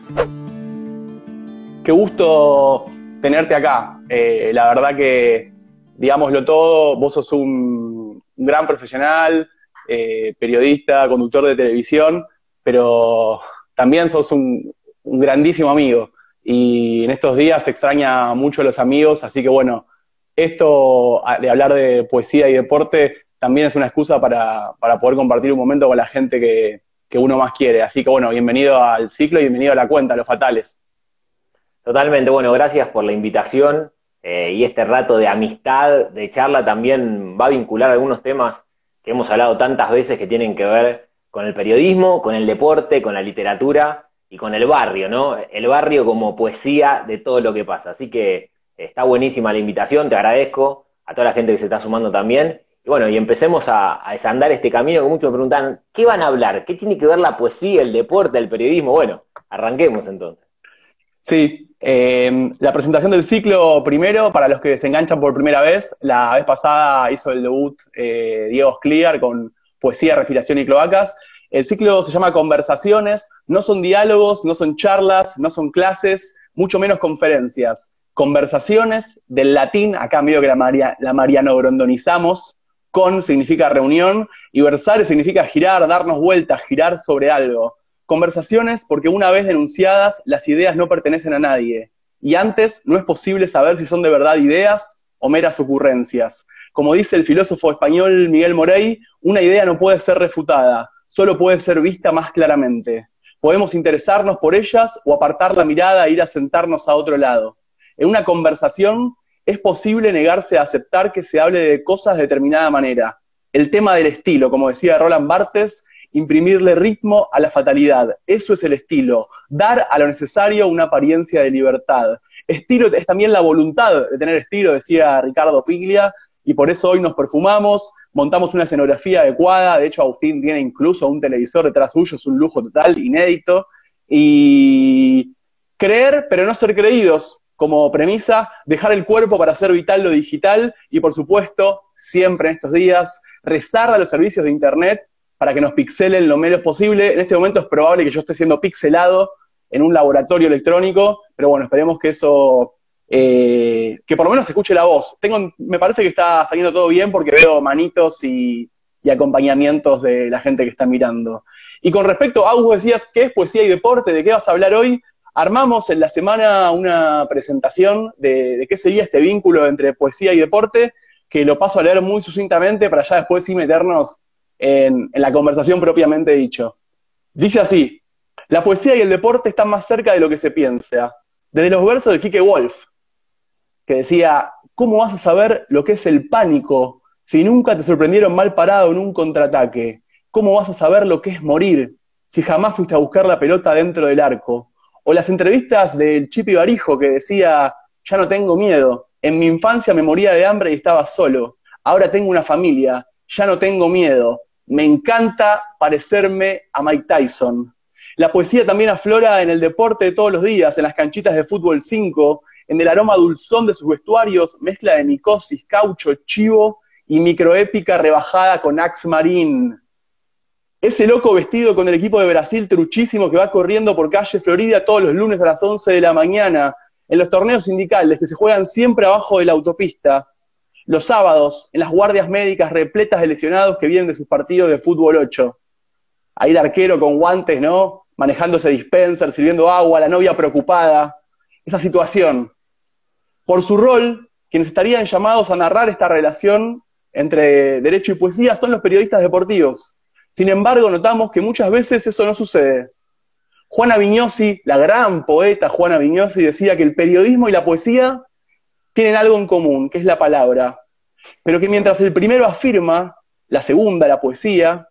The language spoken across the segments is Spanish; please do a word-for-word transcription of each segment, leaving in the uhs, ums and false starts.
Qué gusto tenerte acá. Eh, la verdad que, digámoslo todo, vos sos un, un gran profesional, eh, periodista, conductor de televisión, pero también sos un, un grandísimo amigo. Y en estos días se extraña mucho a los amigos, así que bueno, esto a- de hablar de poesía y deporte también es una excusa para, para poder compartir un momento con la gente que, que uno más quiere. Así que bueno, bienvenido al ciclo y bienvenido a la cuenta, Los Fatales. Totalmente, bueno, gracias por la invitación eh, y este rato de amistad, de charla también va a vincular algunos temas que hemos hablado tantas veces que tienen que ver con el periodismo, con el deporte, con la literatura y con el barrio, ¿no? El barrio como poesía de todo lo que pasa. Así que está buenísima la invitación, te agradezco a toda la gente que se está sumando también. Y bueno, y empecemos a, a desandar este camino que muchos me preguntan, ¿qué van a hablar? ¿Qué tiene que ver la poesía, el deporte, el periodismo? Bueno, arranquemos entonces. Sí, eh, la presentación del ciclo primero, para los que se enganchan por primera vez, la vez pasada hizo el debut eh, Diego Scliar con Poesía, Respiración y Cloacas. El ciclo se llama Conversaciones, no son diálogos, no son charlas, no son clases, mucho menos conferencias. Conversaciones del latín, acá medio que la, Maria, la Mariano Grondonizamos, con significa reunión, y versare significa girar, darnos vueltas, girar sobre algo. Conversaciones porque una vez denunciadas, las ideas no pertenecen a nadie. Y antes no es posible saber si son de verdad ideas o meras ocurrencias. Como dice el filósofo español Miguel Morey, una idea no puede ser refutada, solo puede ser vista más claramente. Podemos interesarnos por ellas o apartar la mirada e ir a sentarnos a otro lado. En una conversación es posible negarse a aceptar que se hable de cosas de determinada manera. El tema del estilo, como decía Roland Barthes, imprimirle ritmo a la fatalidad. Eso es el estilo, dar a lo necesario una apariencia de libertad. Estilo es también la voluntad de tener estilo, decía Ricardo Piglia, y por eso hoy nos perfumamos, montamos una escenografía adecuada, de hecho Agustín tiene incluso un televisor detrás suyo, es un lujo total, inédito, y creer pero no ser creídos, como premisa, dejar el cuerpo para hacer vital lo digital, y por supuesto, siempre en estos días, rezar a los servicios de internet para que nos pixelen lo menos posible. En este momento es probable que yo esté siendo pixelado en un laboratorio electrónico, pero bueno, esperemos que eso, eh, que por lo menos se escuche la voz. Tengo, me parece que está saliendo todo bien porque veo manitos y, y acompañamientos de la gente que está mirando. Y con respecto a vos decías, ¿qué es poesía y deporte? ¿De qué vas a hablar hoy? Armamos en la semana una presentación de, de qué sería este vínculo entre poesía y deporte, que lo paso a leer muy sucintamente para ya después sí meternos en, en la conversación propiamente dicho. Dice así: la poesía y el deporte están más cerca de lo que se piensa. Desde los versos de Kike Wolf, que decía, ¿cómo vas a saber lo que es el pánico si nunca te sorprendieron mal parado en un contraataque? ¿Cómo vas a saber lo que es morir si jamás fuiste a buscar la pelota dentro del arco? O las entrevistas del Chipi Barijo que decía, ya no tengo miedo, en mi infancia me moría de hambre y estaba solo, ahora tengo una familia, ya no tengo miedo, me encanta parecerme a Mike Tyson. La poesía también aflora en el deporte de todos los días, en las canchitas de fútbol cinco, en el aroma dulzón de sus vestuarios, mezcla de micosis, caucho, chivo y microépica rebajada con Axe Marine. Ese loco vestido con el equipo de Brasil truchísimo que va corriendo por calle Florida todos los lunes a las once de la mañana, en los torneos sindicales que se juegan siempre abajo de la autopista, los sábados en las guardias médicas repletas de lesionados que vienen de sus partidos de fútbol ocho. Ahí el arquero con guantes, ¿no? Manejando ese dispenser, sirviendo agua, la novia preocupada. Esa situación. Por su rol, quienes estarían llamados a narrar esta relación entre derecho y poesía son los periodistas deportivos. Sin embargo, notamos que muchas veces eso no sucede. Juana Vignosi, la gran poeta Juana Vignosi, decía que el periodismo y la poesía tienen algo en común, que es la palabra. Pero que mientras el primero afirma, la segunda, la poesía,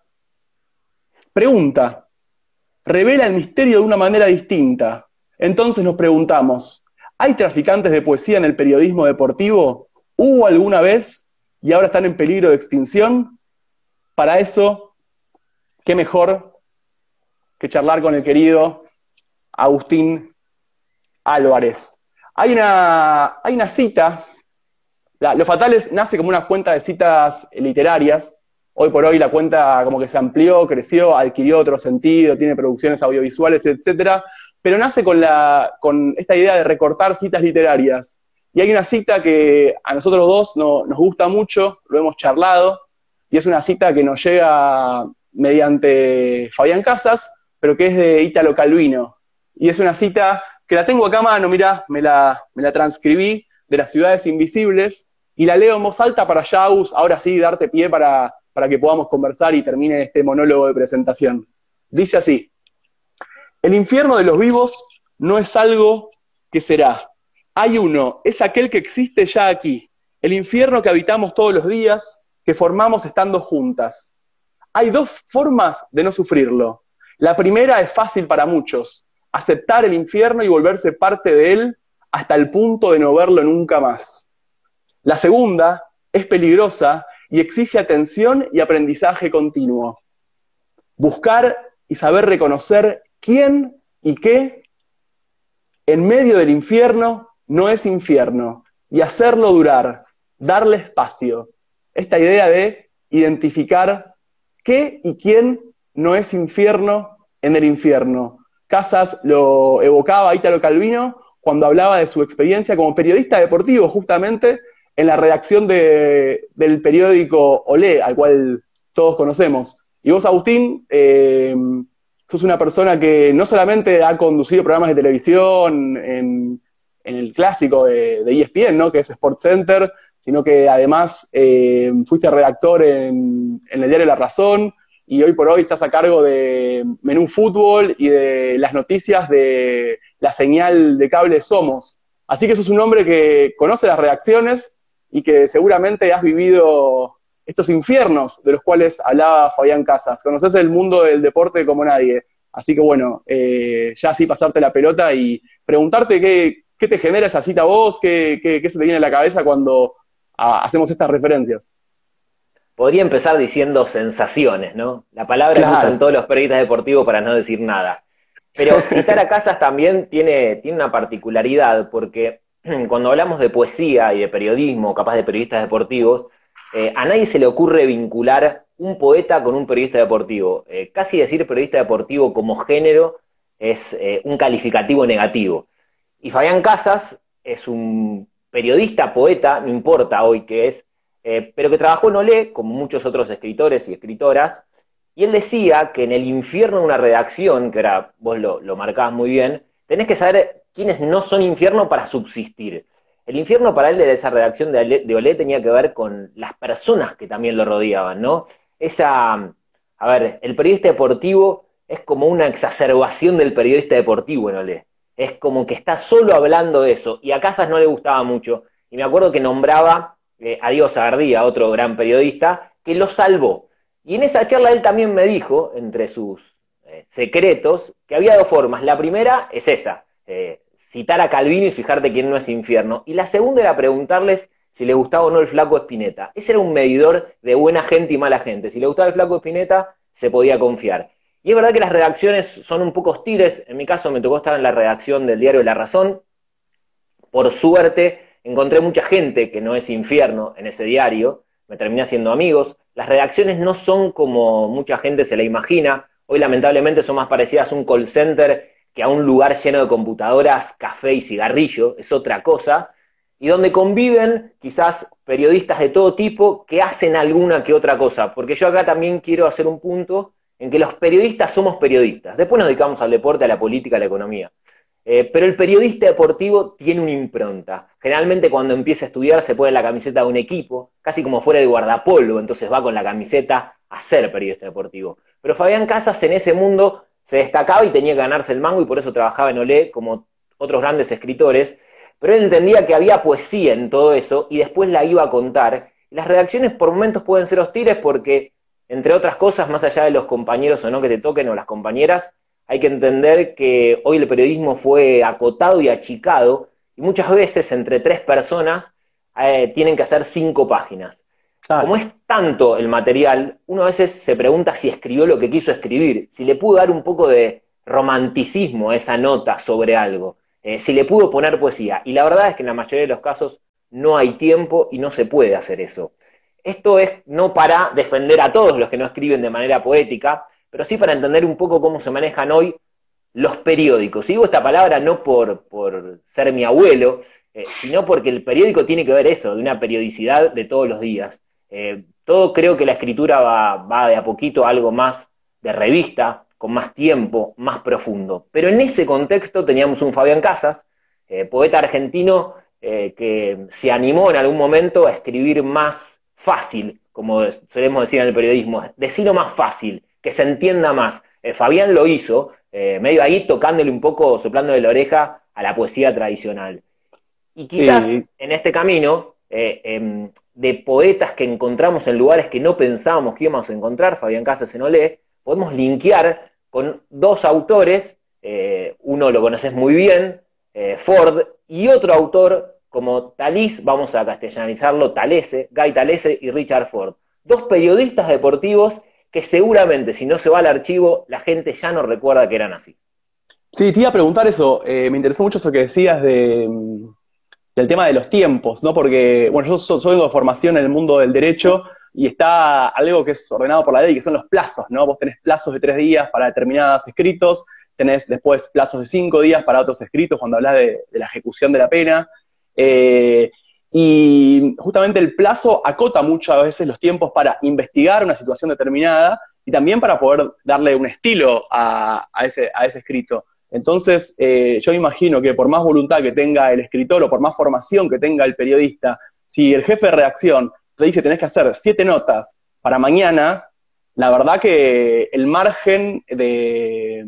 pregunta, revela el misterio de una manera distinta. Entonces nos preguntamos, ¿hay traficantes de poesía en el periodismo deportivo? ¿Hubo alguna vez y ahora están en peligro de extinción? Para eso, qué mejor que charlar con el querido Agustín Álvarez. Hay una, hay una cita, la, Los Fatales nace como una cuenta de citas literarias. Hoy por hoy la cuenta como que se amplió, creció, adquirió otro sentido, tiene producciones audiovisuales, etcétera. pero nace con, la, con esta idea de recortar citas literarias. Y hay una cita que a nosotros dos no, nos gusta mucho, lo hemos charlado, y es una cita que nos llega mediante Fabián Casas, pero que es de Italo Calvino. Y es una cita que la tengo acá a mano, mirá, me la, me la transcribí, de Las ciudades invisibles, y la leo en voz alta para ya, Agus, ahora sí, darte pie para, para que podamos conversar y termine este monólogo de presentación. Dice así: el infierno de los vivos no es algo que será. Hay uno, es aquel que existe ya aquí, el infierno que habitamos todos los días, que formamos estando juntas. Hay dos formas de no sufrirlo. La primera es fácil para muchos, aceptar el infierno y volverse parte de él hasta el punto de no verlo nunca más. La segunda es peligrosa y exige atención y aprendizaje continuo. Buscar y saber reconocer quién y qué en medio del infierno no es infierno, y hacerlo durar, darle espacio. Esta idea de identificar qué y quién no es infierno en el infierno. Casas lo evocaba a Italo Calvino cuando hablaba de su experiencia como periodista deportivo, justamente en la redacción de, del periódico Olé, al cual todos conocemos. Y vos, Agustín, eh, sos una persona que no solamente ha conducido programas de televisión en, en el clásico de, de E S P N, ¿no?, que es SportsCenter, sino que además eh, fuiste redactor en, en el diario La Razón, y hoy por hoy estás a cargo de Menú Fútbol y de las noticias de la señal de cable Somos. Así que sos un hombre que conoce las redacciones y que seguramente has vivido estos infiernos de los cuales hablaba Fabián Casas. Conoces el mundo del deporte como nadie. Así que bueno, eh, ya así pasarte la pelota y preguntarte qué, qué te genera esa cita a vos, qué, qué, qué se te viene a la cabeza cuando a, hacemos estas referencias. Podría empezar diciendo sensaciones, ¿no? La palabra Claro. que usan todos los periodistas deportivos para no decir nada. Pero citar a Casas también tiene, tiene una particularidad, porque cuando hablamos de poesía y de periodismo, capaz de periodistas deportivos, eh, a nadie se le ocurre vincular un poeta con un periodista deportivo. Eh, casi decir periodista deportivo como género es eh, un calificativo negativo. Y Fabián Casas es un periodista, poeta, no importa hoy qué es, eh, pero que trabajó en Olé, como muchos otros escritores y escritoras, y él decía que en el infierno de una redacción, que ahora vos lo, lo marcabas muy bien, tenés que saber quiénes no son infierno para subsistir. El infierno para él de esa redacción de Olé, de Olé tenía que ver con las personas que también lo rodeaban, ¿no? Esa, a ver, el periodista deportivo es como una exacerbación del periodista deportivo en Olé. Es como que está solo hablando de eso, y a Casas no le gustaba mucho. Y me acuerdo que nombraba eh, a Diego Sagardía, otro gran periodista, que lo salvó. Y en esa charla él también me dijo, entre sus eh, secretos, que había dos formas. La primera es esa, eh, citar a Calvino y fijarte quién no es infierno. Y la segunda era preguntarles si le gustaba o no el Flaco Spinetta. Ese era un medidor de buena gente y mala gente. Si le gustaba el Flaco Spinetta, se podía confiar. Y es verdad que las redacciones son un poco hostiles. En mi caso me tocó estar en la redacción del diario La Razón. Por suerte encontré mucha gente que no es infierno en ese diario. Me terminé haciendo amigos. Las redacciones no son como mucha gente se la imagina. Hoy lamentablemente son más parecidas a un call center que a un lugar lleno de computadoras, café y cigarrillo. Es otra cosa. Y donde conviven quizás periodistas de todo tipo que hacen alguna que otra cosa. Porque yo acá también quiero hacer un punto en que los periodistas somos periodistas. Después nos dedicamos al deporte, a la política, a la economía. Eh, pero el periodista deportivo tiene una impronta. Generalmente cuando empieza a estudiar se pone la camiseta de un equipo, casi como fuera de guardapolvo, entonces va con la camiseta a ser periodista deportivo. Pero Fabián Casas en ese mundo se destacaba y tenía que ganarse el mango, y por eso trabajaba en Olé como otros grandes escritores. Pero él entendía que había poesía en todo eso y después la iba a contar. Y las redacciones por momentos pueden ser hostiles porque, entre otras cosas, más allá de los compañeros o no que te toquen o las compañeras, hay que entender que hoy el periodismo fue acotado y achicado, y muchas veces entre tres personas eh, tienen que hacer cinco páginas. Claro. Como es tanto el material, uno a veces se pregunta si escribió lo que quiso escribir, si le pudo dar un poco de romanticismo a esa nota sobre algo, eh, si le pudo poner poesía. Y la verdad es que en la mayoría de los casos no hay tiempo y no se puede hacer eso. Esto es no para defender a todos los que no escriben de manera poética, pero sí para entender un poco cómo se manejan hoy los periódicos. Y digo esta palabra no por, por ser mi abuelo, eh, sino porque el periódico tiene que ver eso, de una periodicidad de todos los días. Eh, todo creo que la escritura va, va de a poquito a algo más de revista, con más tiempo, más profundo. Pero en ese contexto teníamos un Fabián Casas, eh, poeta argentino, eh, que se animó en algún momento a escribir más fácil, como solemos decir en el periodismo, decirlo más fácil, que se entienda más. Eh, Fabián lo hizo, eh, medio ahí tocándole un poco, soplándole la oreja a la poesía tradicional. Y quizás Sí, en este camino, eh, eh, de poetas que encontramos en lugares que no pensábamos que íbamos a encontrar, Fabián Casas en Olé, podemos linkear con dos autores, eh, uno lo conoces muy bien, eh, Ford, y otro autor como Talís, vamos a castellanizarlo, Talese, Guy Talese y Richard Ford. Dos periodistas deportivos que seguramente si no se va al archivo, la gente ya no recuerda que eran así. sí, te iba a preguntar eso. Eh, me interesó mucho eso que decías de, mm, del tema de los tiempos, ¿no? Porque, bueno, yo so- soy de formación en el mundo del derecho y está algo que es ordenado por la ley, que son los plazos, ¿no? Vos tenés plazos de tres días para determinados escritos, tenés después plazos de cinco días para otros escritos cuando hablas de, de la ejecución de la pena. Eh, y justamente el plazo acota muchas veces los tiempos para investigar una situación determinada y también para poder darle un estilo a, a ese, a ese escrito. Entonces, eh, yo imagino que por más voluntad que tenga el escritor o por más formación que tenga el periodista, si el jefe de redacción te dice tenés que hacer siete notas para mañana, la verdad que el margen de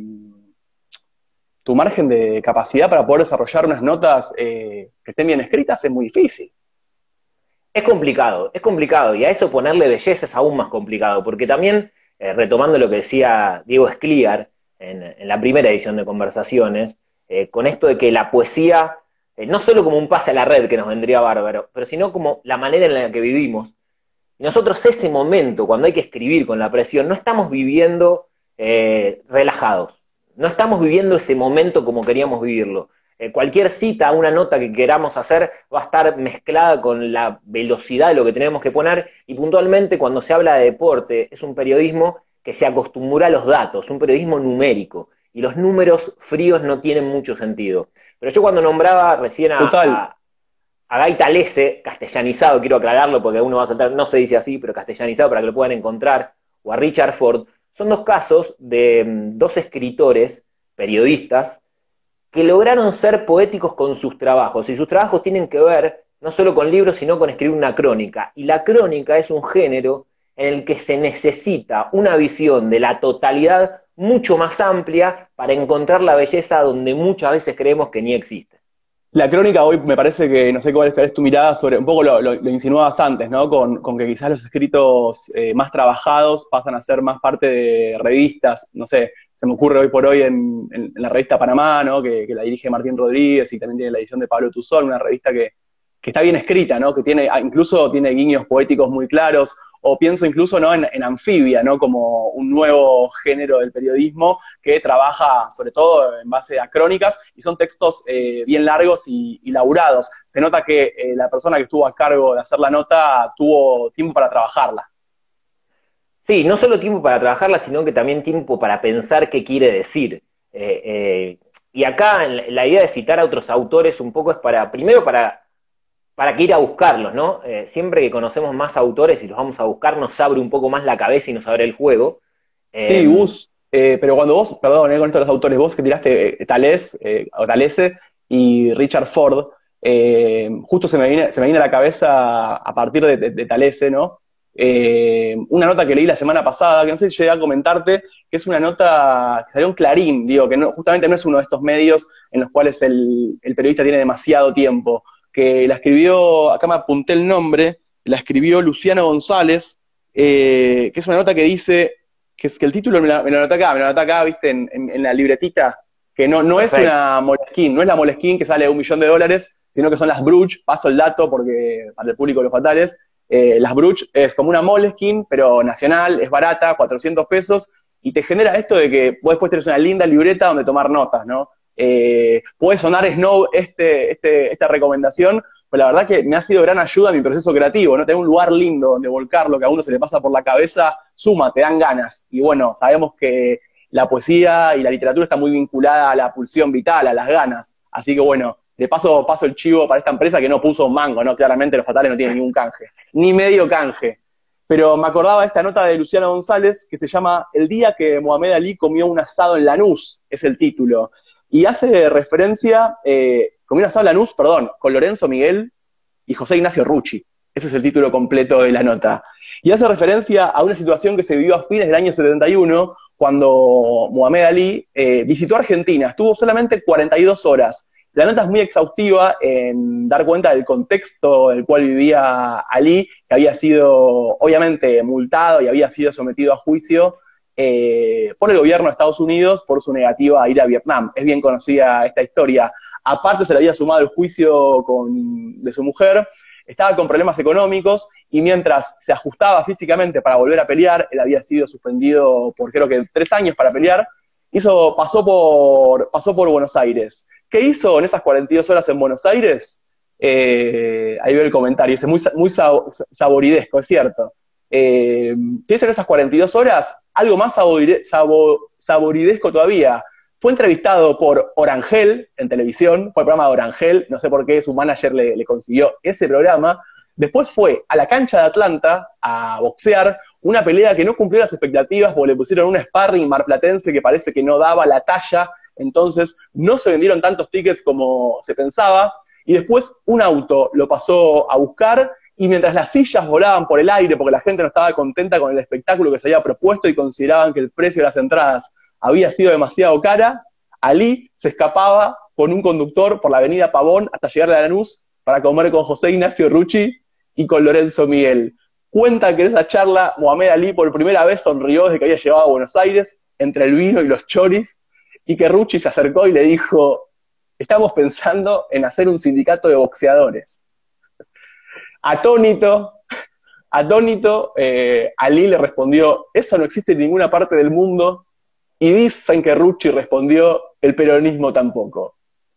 tu margen de capacidad para poder desarrollar unas notas eh, que estén bien escritas es muy difícil. Es complicado, es complicado, y a eso ponerle belleza es aún más complicado, porque también, eh, retomando lo que decía Diego Scliar en, en la primera edición de Conversaciones, eh, con esto de que la poesía, eh, no solo como un pase a la red que nos vendría bárbaro, pero sino como la manera en la que vivimos. Y nosotros ese momento, cuando hay que escribir con la presión, no estamos viviendo eh, relajados, no estamos viviendo ese momento como queríamos vivirlo. Eh, cualquier cita, una nota que queramos hacer, va a estar mezclada con la velocidad de lo que tenemos que poner, y puntualmente cuando se habla de deporte, es un periodismo que se acostumbra a los datos, un periodismo numérico, y los números fríos no tienen mucho sentido. Pero yo cuando nombraba recién a, Total. a, a Guy Talese, castellanizado, quiero aclararlo porque uno va a saltar, no se dice así, pero castellanizado para que lo puedan encontrar, o a Richard Ford, son dos casos de mm, dos escritores, periodistas, que lograron ser poéticos con sus trabajos, y sus trabajos tienen que ver no solo con libros, sino con escribir una crónica, y la crónica es un género en el que se necesita una visión de la totalidad mucho más amplia para encontrar la belleza donde muchas veces creemos que ni existe. La crónica hoy me parece que, no sé cuál es tu mirada sobre, un poco lo, lo, lo insinuabas antes, ¿no? Con, con que quizás los escritos eh, más trabajados pasan a ser más parte de revistas, no sé, se me ocurre hoy por hoy en, en, en la revista Panamá, ¿no? Que, que la dirige Martín Rodríguez y también tiene la edición de Pablo Tuzón, una revista que, que está bien escrita, ¿no? Que tiene, incluso tiene guiños poéticos muy claros, o pienso incluso, ¿no? en, en Anfibia, ¿no? Como un nuevo género del periodismo que trabaja sobre todo en base a crónicas y son textos eh, bien largos y, y laburados. Se nota que eh, la persona que estuvo a cargo de hacer la nota tuvo tiempo para trabajarla. Sí, no solo tiempo para trabajarla, sino que también tiempo para pensar qué quiere decir. Eh, eh, y acá la idea de citar a otros autores un poco es para, primero para, para que ir a buscarlos, ¿no? Eh, siempre que conocemos más autores y los vamos a buscar, nos abre un poco más la cabeza y nos abre el juego. Sí, Eh, Gus, eh, pero cuando vos, perdón, eh, con esto de los autores, vos que tiraste eh, Talés, eh, o Talese y Richard Ford, eh, justo se me viene, se me viene a la cabeza a partir de, de, de Talese, ¿no? Eh, una nota que leí la semana pasada, que no sé si llegué a comentarte, que es una nota que salió en Clarín, digo, que no, justamente no es uno de estos medios en los cuales el, el periodista tiene demasiado tiempo, que la escribió, acá me apunté el nombre, la escribió Luciano González, eh, que es una nota que dice que, es, que el título me lo, me lo anoté acá, me lo anoté acá, viste, en, en, en la libretita, que no, no es una Moleskine, no es la Moleskine que sale un millón de dólares, sino que son las Bruch, paso el dato porque para el público los fatales, eh, las Bruch es como una Moleskine, pero nacional, es barata, cuatrocientos pesos, y te genera esto de que vos después tenés una linda libreta donde tomar notas, ¿no? Eh, puede sonar snob este, este, esta recomendación, pero la verdad que me ha sido gran ayuda en mi proceso creativo, ¿no? Tener un lugar lindo donde volcar lo que a uno se le pasa por la cabeza, suma, te dan ganas. Y bueno, sabemos que la poesía y la literatura está muy vinculada a la pulsión vital, a las ganas. Así que bueno, de paso paso el chivo para esta empresa que no puso un mango, ¿no? Claramente los fatales no tienen ningún canje, ni medio canje. Pero me acordaba de esta nota de Luciano González que se llama El día que Mohamed Ali comió un asado en Lanús, es el título. Y hace referencia, eh, comió un asado en Lanús, perdón, con Lorenzo Miguel y José Ignacio Rucci. Ese es el título completo de la nota. Y hace referencia a una situación que se vivió a fines del año setenta y uno, cuando Mohamed Ali eh, visitó Argentina. Estuvo solamente cuarenta y dos horas. La nota es muy exhaustiva en dar cuenta del contexto del cual vivía Ali, que había sido obviamente multado y había sido sometido a juicio eh, por el gobierno de Estados Unidos por su negativa a ir a Vietnam. Es bien conocida esta historia. Aparte se le había sumado el juicio con, de su mujer, estaba con problemas económicos y mientras se ajustaba físicamente para volver a pelear, él había sido suspendido por creo que tres años para pelear, hizo, pasó, por, pasó por Buenos Aires. ¿Qué hizo en esas cuarenta y dos horas en Buenos Aires? Eh, ahí veo el comentario, es muy, muy saboridesco, es cierto. Eh, ¿Qué hizo en esas cuarenta y dos horas? Algo más saboride, sabor, saboridesco todavía. Fue entrevistado por Orangel en televisión, fue el programa de Orangel, no sé por qué su manager le, le consiguió ese programa. Después fue a la cancha de Atlanta a boxear, una pelea que no cumplió las expectativas porque le pusieron un sparring marplatense que parece que no daba la talla, entonces no se vendieron tantos tickets como se pensaba, y después un auto lo pasó a buscar, y mientras las sillas volaban por el aire porque la gente no estaba contenta con el espectáculo que se había propuesto y consideraban que el precio de las entradas había sido demasiado cara, Ali se escapaba con un conductor por la avenida Pavón hasta llegar a Lanús para comer con José Ignacio Rucci y con Lorenzo Miguel. Cuenta que en esa charla Mohamed Ali por primera vez sonrió desde que había llegado a Buenos Aires, entre el vino y los choris, y que Rucci se acercó y le dijo, estamos pensando en hacer un sindicato de boxeadores. Atónito, atónito, eh, Ali le respondió, eso no existe en ninguna parte del mundo, y dicen que Rucci respondió, el peronismo tampoco.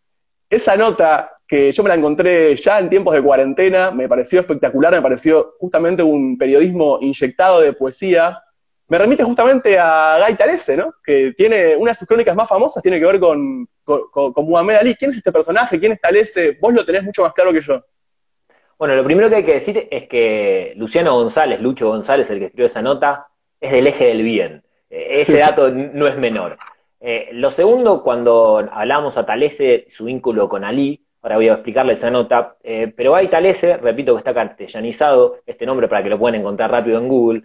Esa nota, que yo me la encontré ya en tiempos de cuarentena, me pareció espectacular, me pareció justamente un periodismo inyectado de poesía, me remite justamente a Guy Talese, ¿no? Que tiene, una de sus crónicas más famosas tiene que ver con, con, con Muhammad Ali. ¿Quién es este personaje? ¿Quién es Talese? Vos lo tenés mucho más claro que yo. Bueno, lo primero que hay que decir es que Luciano González, Lucho González, el que escribió esa nota, es del eje del bien. Ese dato no es menor. Eh, lo segundo, cuando hablamos a Talese, su vínculo con Ali, ahora voy a explicarle esa nota, eh, pero hay Talese, repito que está castellanizado, este nombre para que lo puedan encontrar rápido en Google,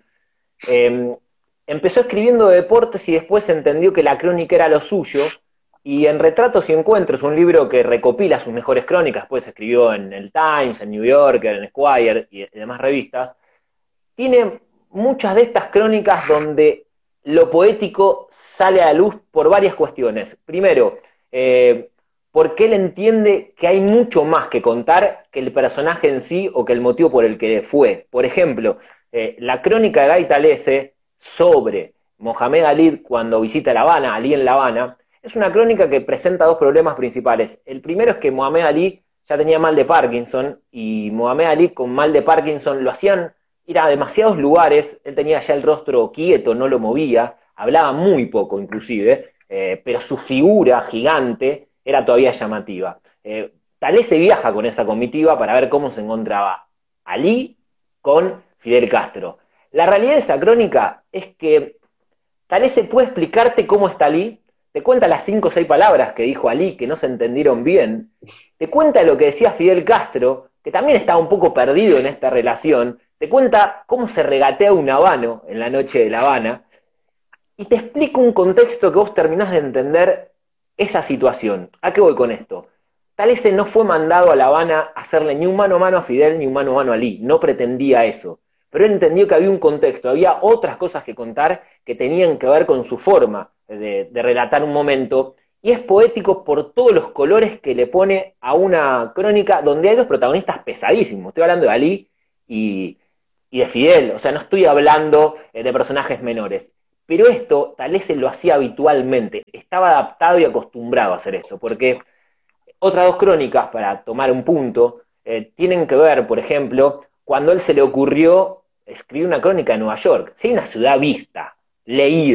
eh, empezó escribiendo de deportes y después entendió que la crónica era lo suyo, y en Retratos y Encuentros, un libro que recopila sus mejores crónicas, pues escribió en el Times, en New Yorker, en Esquire y demás revistas, tiene muchas de estas crónicas donde lo poético sale a la luz por varias cuestiones. Primero, eh, porque él entiende que hay mucho más que contar que el personaje en sí o que el motivo por el que fue. Por ejemplo, eh, la crónica de Guy Talese sobre Mohamed Ali cuando visita La Habana, Ali en La Habana, es una crónica que presenta dos problemas principales. El primero es que Mohamed Ali ya tenía mal de Parkinson, y Mohamed Ali con mal de Parkinson lo hacían ir a demasiados lugares, él tenía ya el rostro quieto, no lo movía, hablaba muy poco inclusive, eh, pero su figura gigante era todavía llamativa. Eh, Talese viaja con esa comitiva para ver cómo se encontraba Ali con Fidel Castro. La realidad de esa crónica es que Talese puede explicarte cómo está Ali, te cuenta las cinco o seis palabras que dijo Ali que no se entendieron bien, te cuenta lo que decía Fidel Castro, que también estaba un poco perdido en esta relación, te cuenta cómo se regatea un habano en la noche de La Habana, y te explica un contexto que vos terminás de entender esa situación. ¿A qué voy con esto? Talese no fue mandado a La Habana a hacerle ni un mano a mano a Fidel ni un mano a mano a Ali, no pretendía eso. Pero él entendió que había un contexto, había otras cosas que contar que tenían que ver con su forma de, de relatar un momento, y es poético por todos los colores que le pone a una crónica donde hay dos protagonistas pesadísimos. Estoy hablando de Ali y, y de Fidel, o sea, no estoy hablando de personajes menores. Pero esto Talese lo hacía habitualmente, estaba adaptado y acostumbrado a hacer esto, porque otras dos crónicas, para tomar un punto, eh, tienen que ver, por ejemplo, cuando a él se le ocurrió escribir una crónica de Nueva York. Si hay una ciudad vista, leída,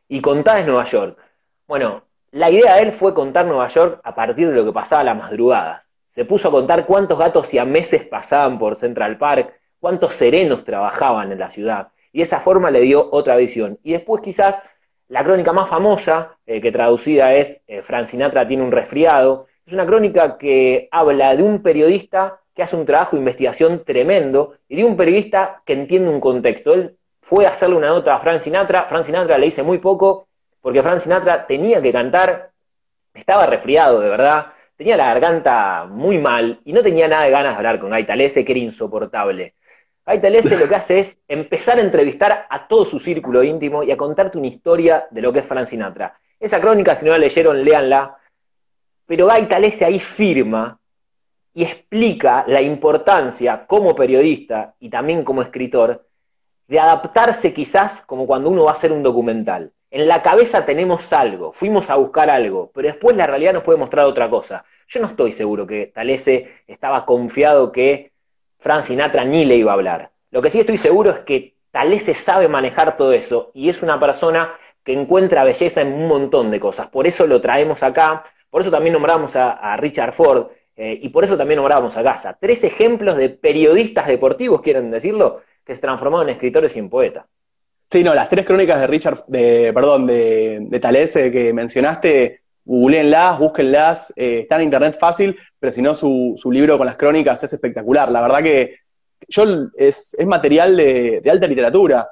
y contá es Nueva York. Bueno, la idea de él fue contar Nueva York a partir de lo que pasaba a las madrugadas. Se puso a contar cuántos gatos siameses pasaban por Central Park, cuántos serenos trabajaban en la ciudad, y de esa forma le dio otra visión. Y después quizás la crónica más famosa, eh, que traducida es eh, Frank Sinatra tiene un resfriado, es una crónica que habla de un periodista que hace un trabajo de investigación tremendo y de un periodista que entiende un contexto. Él fue a hacerle una nota a Frank Sinatra, Frank Sinatra le dice muy poco, porque Frank Sinatra tenía que cantar, estaba resfriado de verdad, tenía la garganta muy mal y no tenía nada de ganas de hablar con Gaita Talese, que era insoportable. Gaita Talese lo que hace es empezar a entrevistar a todo su círculo íntimo y a contarte una historia de lo que es Frank Sinatra. Esa crónica, si no la leyeron, léanla, pero Gaita Talese ahí firma y explica la importancia como periodista y también como escritor de adaptarse quizás como cuando uno va a hacer un documental. En la cabeza tenemos algo, fuimos a buscar algo, pero después la realidad nos puede mostrar otra cosa. Yo no estoy seguro que Talese estaba confiado que Frank Sinatra ni le iba a hablar. Lo que sí estoy seguro es que Talese sabe manejar todo eso y es una persona que encuentra belleza en un montón de cosas. Por eso lo traemos acá, por eso también nombramos a, a Richard Ford eh, y por eso también nombramos a Gaza. Tres ejemplos de periodistas deportivos, quieren decirlo, que se transformaron en escritores y en poetas. Sí, no, las tres crónicas de Richard, de, perdón, de, de Talese que mencionaste, googleenlas, búsquenlas, eh, están en internet fácil, pero si no, su, su libro con las crónicas es espectacular. La verdad que yo es, es material de, de alta literatura.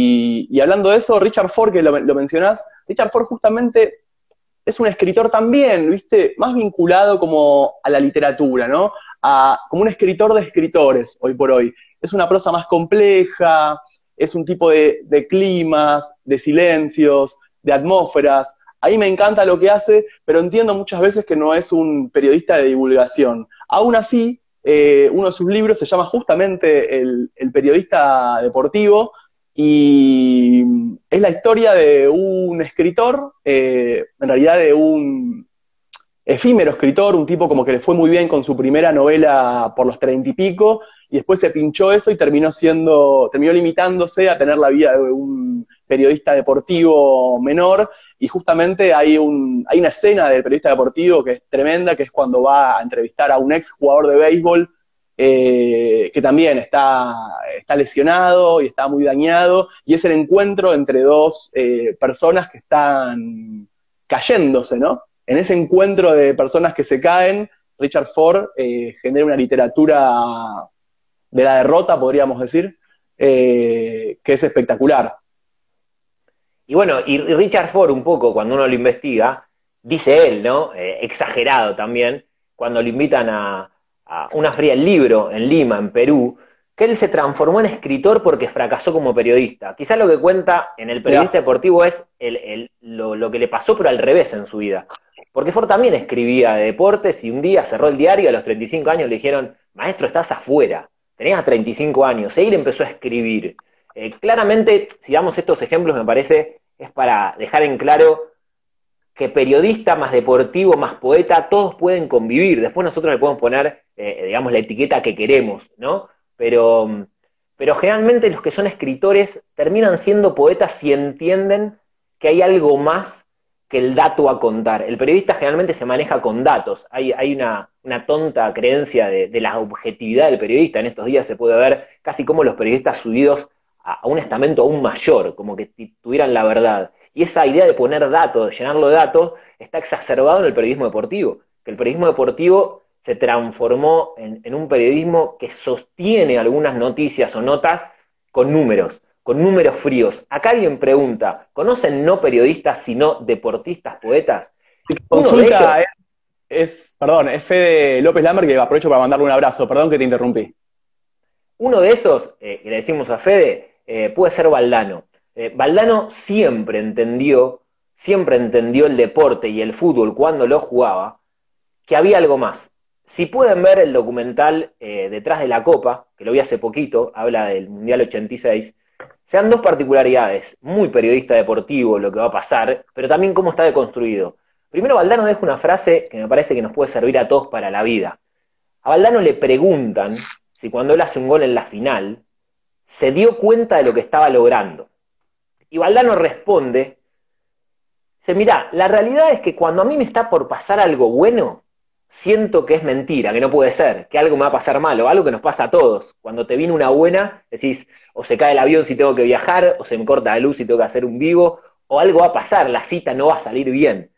Y, y hablando de eso, Richard Ford, que lo, lo mencionás, Richard Ford justamente es un escritor también, ¿viste? Más vinculado como a la literatura, ¿no? A, como un escritor de escritores, hoy por hoy. Es una prosa más compleja, es un tipo de, de climas, de silencios, de atmósferas. Ahí me encanta lo que hace, pero entiendo muchas veces que no es un periodista de divulgación. Aún así, eh, uno de sus libros se llama justamente El, el periodista deportivo, y es la historia de un escritor, eh, en realidad de un efímero escritor, un tipo como que le fue muy bien con su primera novela por los treinta y pico, y después se pinchó eso y terminó siendo, terminó limitándose a tener la vida de un periodista deportivo menor, y justamente hay, un, hay una escena del periodista deportivo que es tremenda, que es cuando va a entrevistar a un ex jugador de béisbol, eh, que también está, está lesionado y está muy dañado, y es el encuentro entre dos eh, personas que están cayéndose, ¿no? En ese encuentro de personas que se caen, Richard Ford eh, genera una literatura de la derrota, podríamos decir, eh, que es espectacular. Y bueno, y Richard Ford un poco, cuando uno lo investiga, dice él, ¿no? Eh, exagerado también, cuando lo invitan a, a una feria del libro en Lima, en Perú, que él se transformó en escritor porque fracasó como periodista. Quizás lo que cuenta en el periodista deportivo es el, el, lo, lo que le pasó, pero al revés en su vida. Porque Ford también escribía de deportes y un día cerró el diario, a los treinta y cinco años le dijeron, maestro, estás afuera, tenías treinta y cinco años, y ahí le empezó a escribir. Eh, claramente, si damos estos ejemplos, me parece, es para dejar en claro que periodista más deportivo más poeta, todos pueden convivir. Después nosotros le podemos poner, eh, digamos, la etiqueta que queremos, ¿no? Pero, pero generalmente los que son escritores terminan siendo poetas si entienden que hay algo más que el dato a contar. El periodista generalmente se maneja con datos. Hay, hay una, una tonta creencia de, de la objetividad del periodista. En estos días se puede ver casi como los periodistas subidos a, a un estamento aún mayor, como que tuvieran la verdad. Y esa idea de poner datos, de llenarlo de datos, está exacerbado en el periodismo deportivo. Que el periodismo deportivo se transformó en, en un periodismo que sostiene algunas noticias o notas con números, con números fríos. Acá alguien pregunta, ¿conocen no periodistas sino deportistas poetas? Consulta es, es, perdón, es Fede López Lambert, que aprovecho para mandarle un abrazo, perdón que te interrumpí. Uno de esos, eh, que le decimos a Fede, eh, puede ser Valdano. Eh, Valdano siempre entendió, siempre entendió el deporte y el fútbol cuando lo jugaba, que había algo más. Si pueden ver el documental eh, Detrás de la Copa, que lo vi hace poquito, habla del Mundial ochenta y seis, se dan dos particularidades, muy periodista deportivo lo que va a pasar, pero también cómo está deconstruido. Primero, Valdano deja una frase que me parece que nos puede servir a todos para la vida. A Valdano le preguntan si cuando él hace un gol en la final, se dio cuenta de lo que estaba logrando. Y Valdano responde Dice, mirá, la realidad es que cuando a mí me está por pasar algo bueno, siento que es mentira, que no puede ser, que algo me va a pasar malo, algo que nos pasa a todos. Cuando te viene una buena, decís, o se cae el avión si tengo que viajar, o se me corta la luz si tengo que hacer un vivo, o algo va a pasar, la cita no va a salir bien.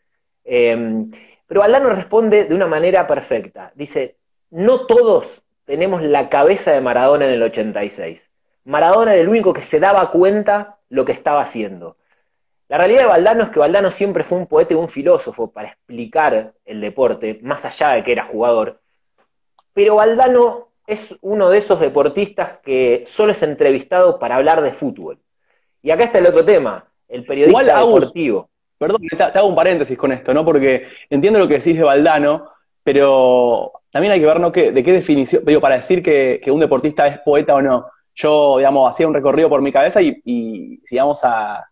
Eh, pero Valdano responde de una manera perfecta. Dice, no todos tenemos la cabeza de Maradona en el ochenta y seis. Maradona era el único que se daba cuenta lo que estaba haciendo. La realidad de Valdano es que Valdano siempre fue un poeta y un filósofo para explicar el deporte, más allá de que era jugador. Pero Valdano es uno de esos deportistas que solo es entrevistado para hablar de fútbol. Y acá está el otro tema, el periodista Igual, Agus, deportivo. perdón, te, te hago un paréntesis con esto, ¿no? Porque entiendo lo que decís de Valdano, pero también hay que ver, ¿no? Que, de qué definición, digo, para decir que, que un deportista es poeta o no. Yo, digamos, hacía un recorrido por mi cabeza y, y digamos, a,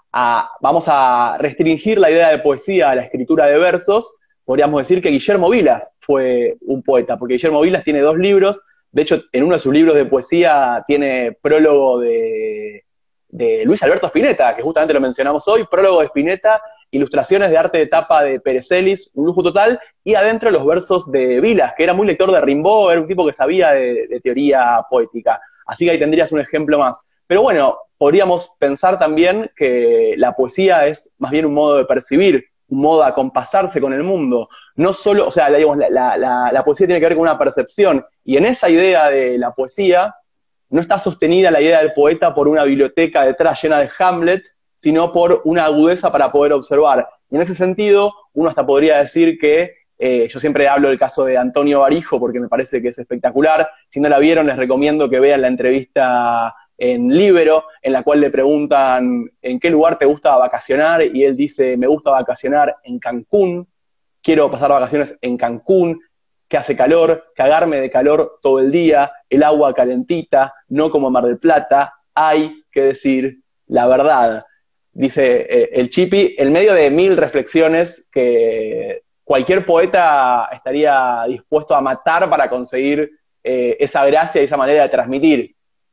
a, vamos a restringir la idea de poesía a la escritura de versos, podríamos decir que Guillermo Vilas fue un poeta, porque Guillermo Vilas tiene dos libros, de hecho, en uno de sus libros de poesía tiene prólogo de, de Luis Alberto Spinetta, que justamente lo mencionamos hoy, prólogo de Spinetta, ilustraciones de arte de tapa de Perezelis, un lujo total, y adentro los versos de Vilas, que era muy lector de Rimbaud, era un tipo que sabía de, de teoría poética. Así que ahí tendrías un ejemplo más. Pero bueno, podríamos pensar también que la poesía es más bien un modo de percibir, un modo de acompasarse con el mundo. No solo, o sea, digamos, la, la, la, la poesía tiene que ver con una percepción, y en esa idea de la poesía no está sostenida la idea del poeta por una biblioteca detrás llena de Hamlet, sino por una agudeza para poder observar. Y en ese sentido, uno hasta podría decir que, eh, yo siempre hablo del caso de Antonio Barijo, porque me parece que es espectacular. Si no la vieron, les recomiendo que vean la entrevista en Libero, en la cual le preguntan ¿en qué lugar te gusta vacacionar? Y él dice, me gusta vacacionar en Cancún, quiero pasar vacaciones en Cancún, que hace calor, cagarme de calor todo el día, el agua calentita, no como Mar del Plata, hay que decir la verdad. Dice eh, el Chipi, en medio de mil reflexiones que cualquier poeta estaría dispuesto a matar para conseguir eh, esa gracia y esa manera de transmitir.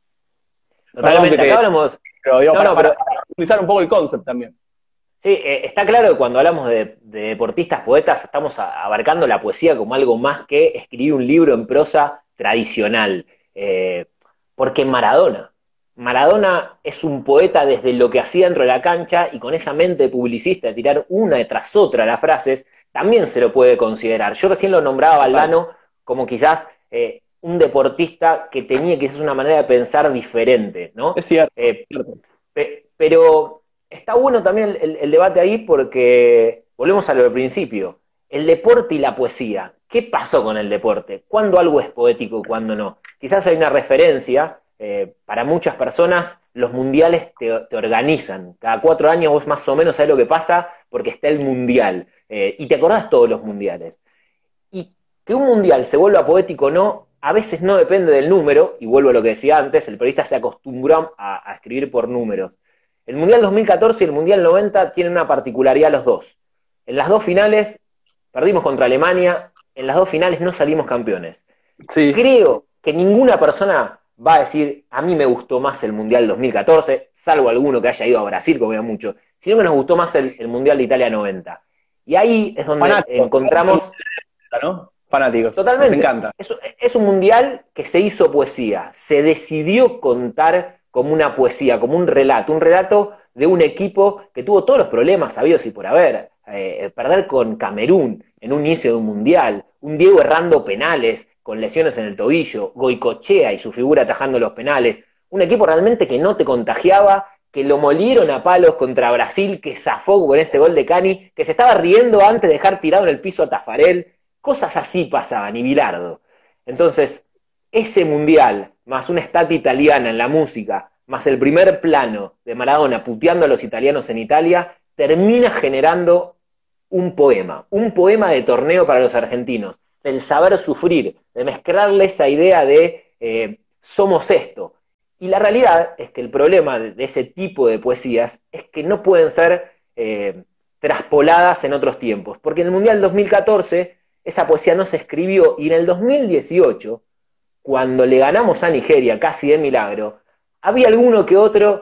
Totalmente, te, acá hablamos... Pero digo, no, para, no, pero... para utilizar un poco el concepto también. Sí, eh, está claro que cuando hablamos de, de deportistas poetas estamos a, abarcando la poesía como algo más que escribir un libro en prosa tradicional. Eh, porque Maradona, Maradona es un poeta desde lo que hacía dentro de la cancha y con esa mente publicista de tirar una tras otra las frases, también se lo puede considerar. Yo recién lo nombraba a Valdano como quizás eh, un deportista que tenía quizás una manera de pensar diferente, ¿no? Es cierto. Eh, pe pero está bueno también el, el, el debate ahí porque volvemos a lo del principio. El deporte y la poesía. ¿Qué pasó con el deporte? ¿Cuándo algo es poético y cuándo no? Quizás hay una referencia. Eh, para muchas personas los mundiales te, te organizan. Cada cuatro años vos más o menos sabés lo que pasa porque está el mundial. Eh, y te acordás todos los mundiales. Y que un mundial se vuelva poético o no, a veces no depende del número, y vuelvo a lo que decía antes, el periodista se acostumbró a, a escribir por números. El Mundial dos mil catorce y el Mundial noventa tienen una particularidad los dos. En las dos finales perdimos contra Alemania, en las dos finales no salimos campeones. Sí. Creo que ninguna persona va a decir, a mí me gustó más el Mundial dos mil catorce, salvo alguno que haya ido a Brasil, como vea mucho, sino que nos gustó más el, el Mundial de Italia noventa. Y ahí es donde Fanáticos, encontramos... ¿no? Fanáticos, totalmente. Nos encanta. Es, es un Mundial que se hizo poesía, se decidió contar como una poesía, como un relato, un relato de un equipo que tuvo todos los problemas sabidos y por haber, eh, perder con Camerún en un inicio de un mundial, un Diego errando penales con lesiones en el tobillo, Goicochea y su figura atajando los penales, un equipo realmente que no te contagiaba, que lo molieron a palos contra Brasil, que zafó con ese gol de Cani, que se estaba riendo antes de dejar tirado en el piso a Tafarel, cosas así pasaban, y Bilardo. Entonces, ese mundial, más una estatua italiana en la música, más el primer plano de Maradona puteando a los italianos en Italia, termina generando un poema, un poema de torneo para los argentinos, del saber sufrir, de mezclarle esa idea de eh, somos esto. Y la realidad es que el problema de, de ese tipo de poesías es que no pueden ser eh, traspoladas en otros tiempos, porque en el Mundial dos mil catorce esa poesía no se escribió, y en el dos mil dieciocho, cuando le ganamos a Nigeria casi de milagro, había alguno que otro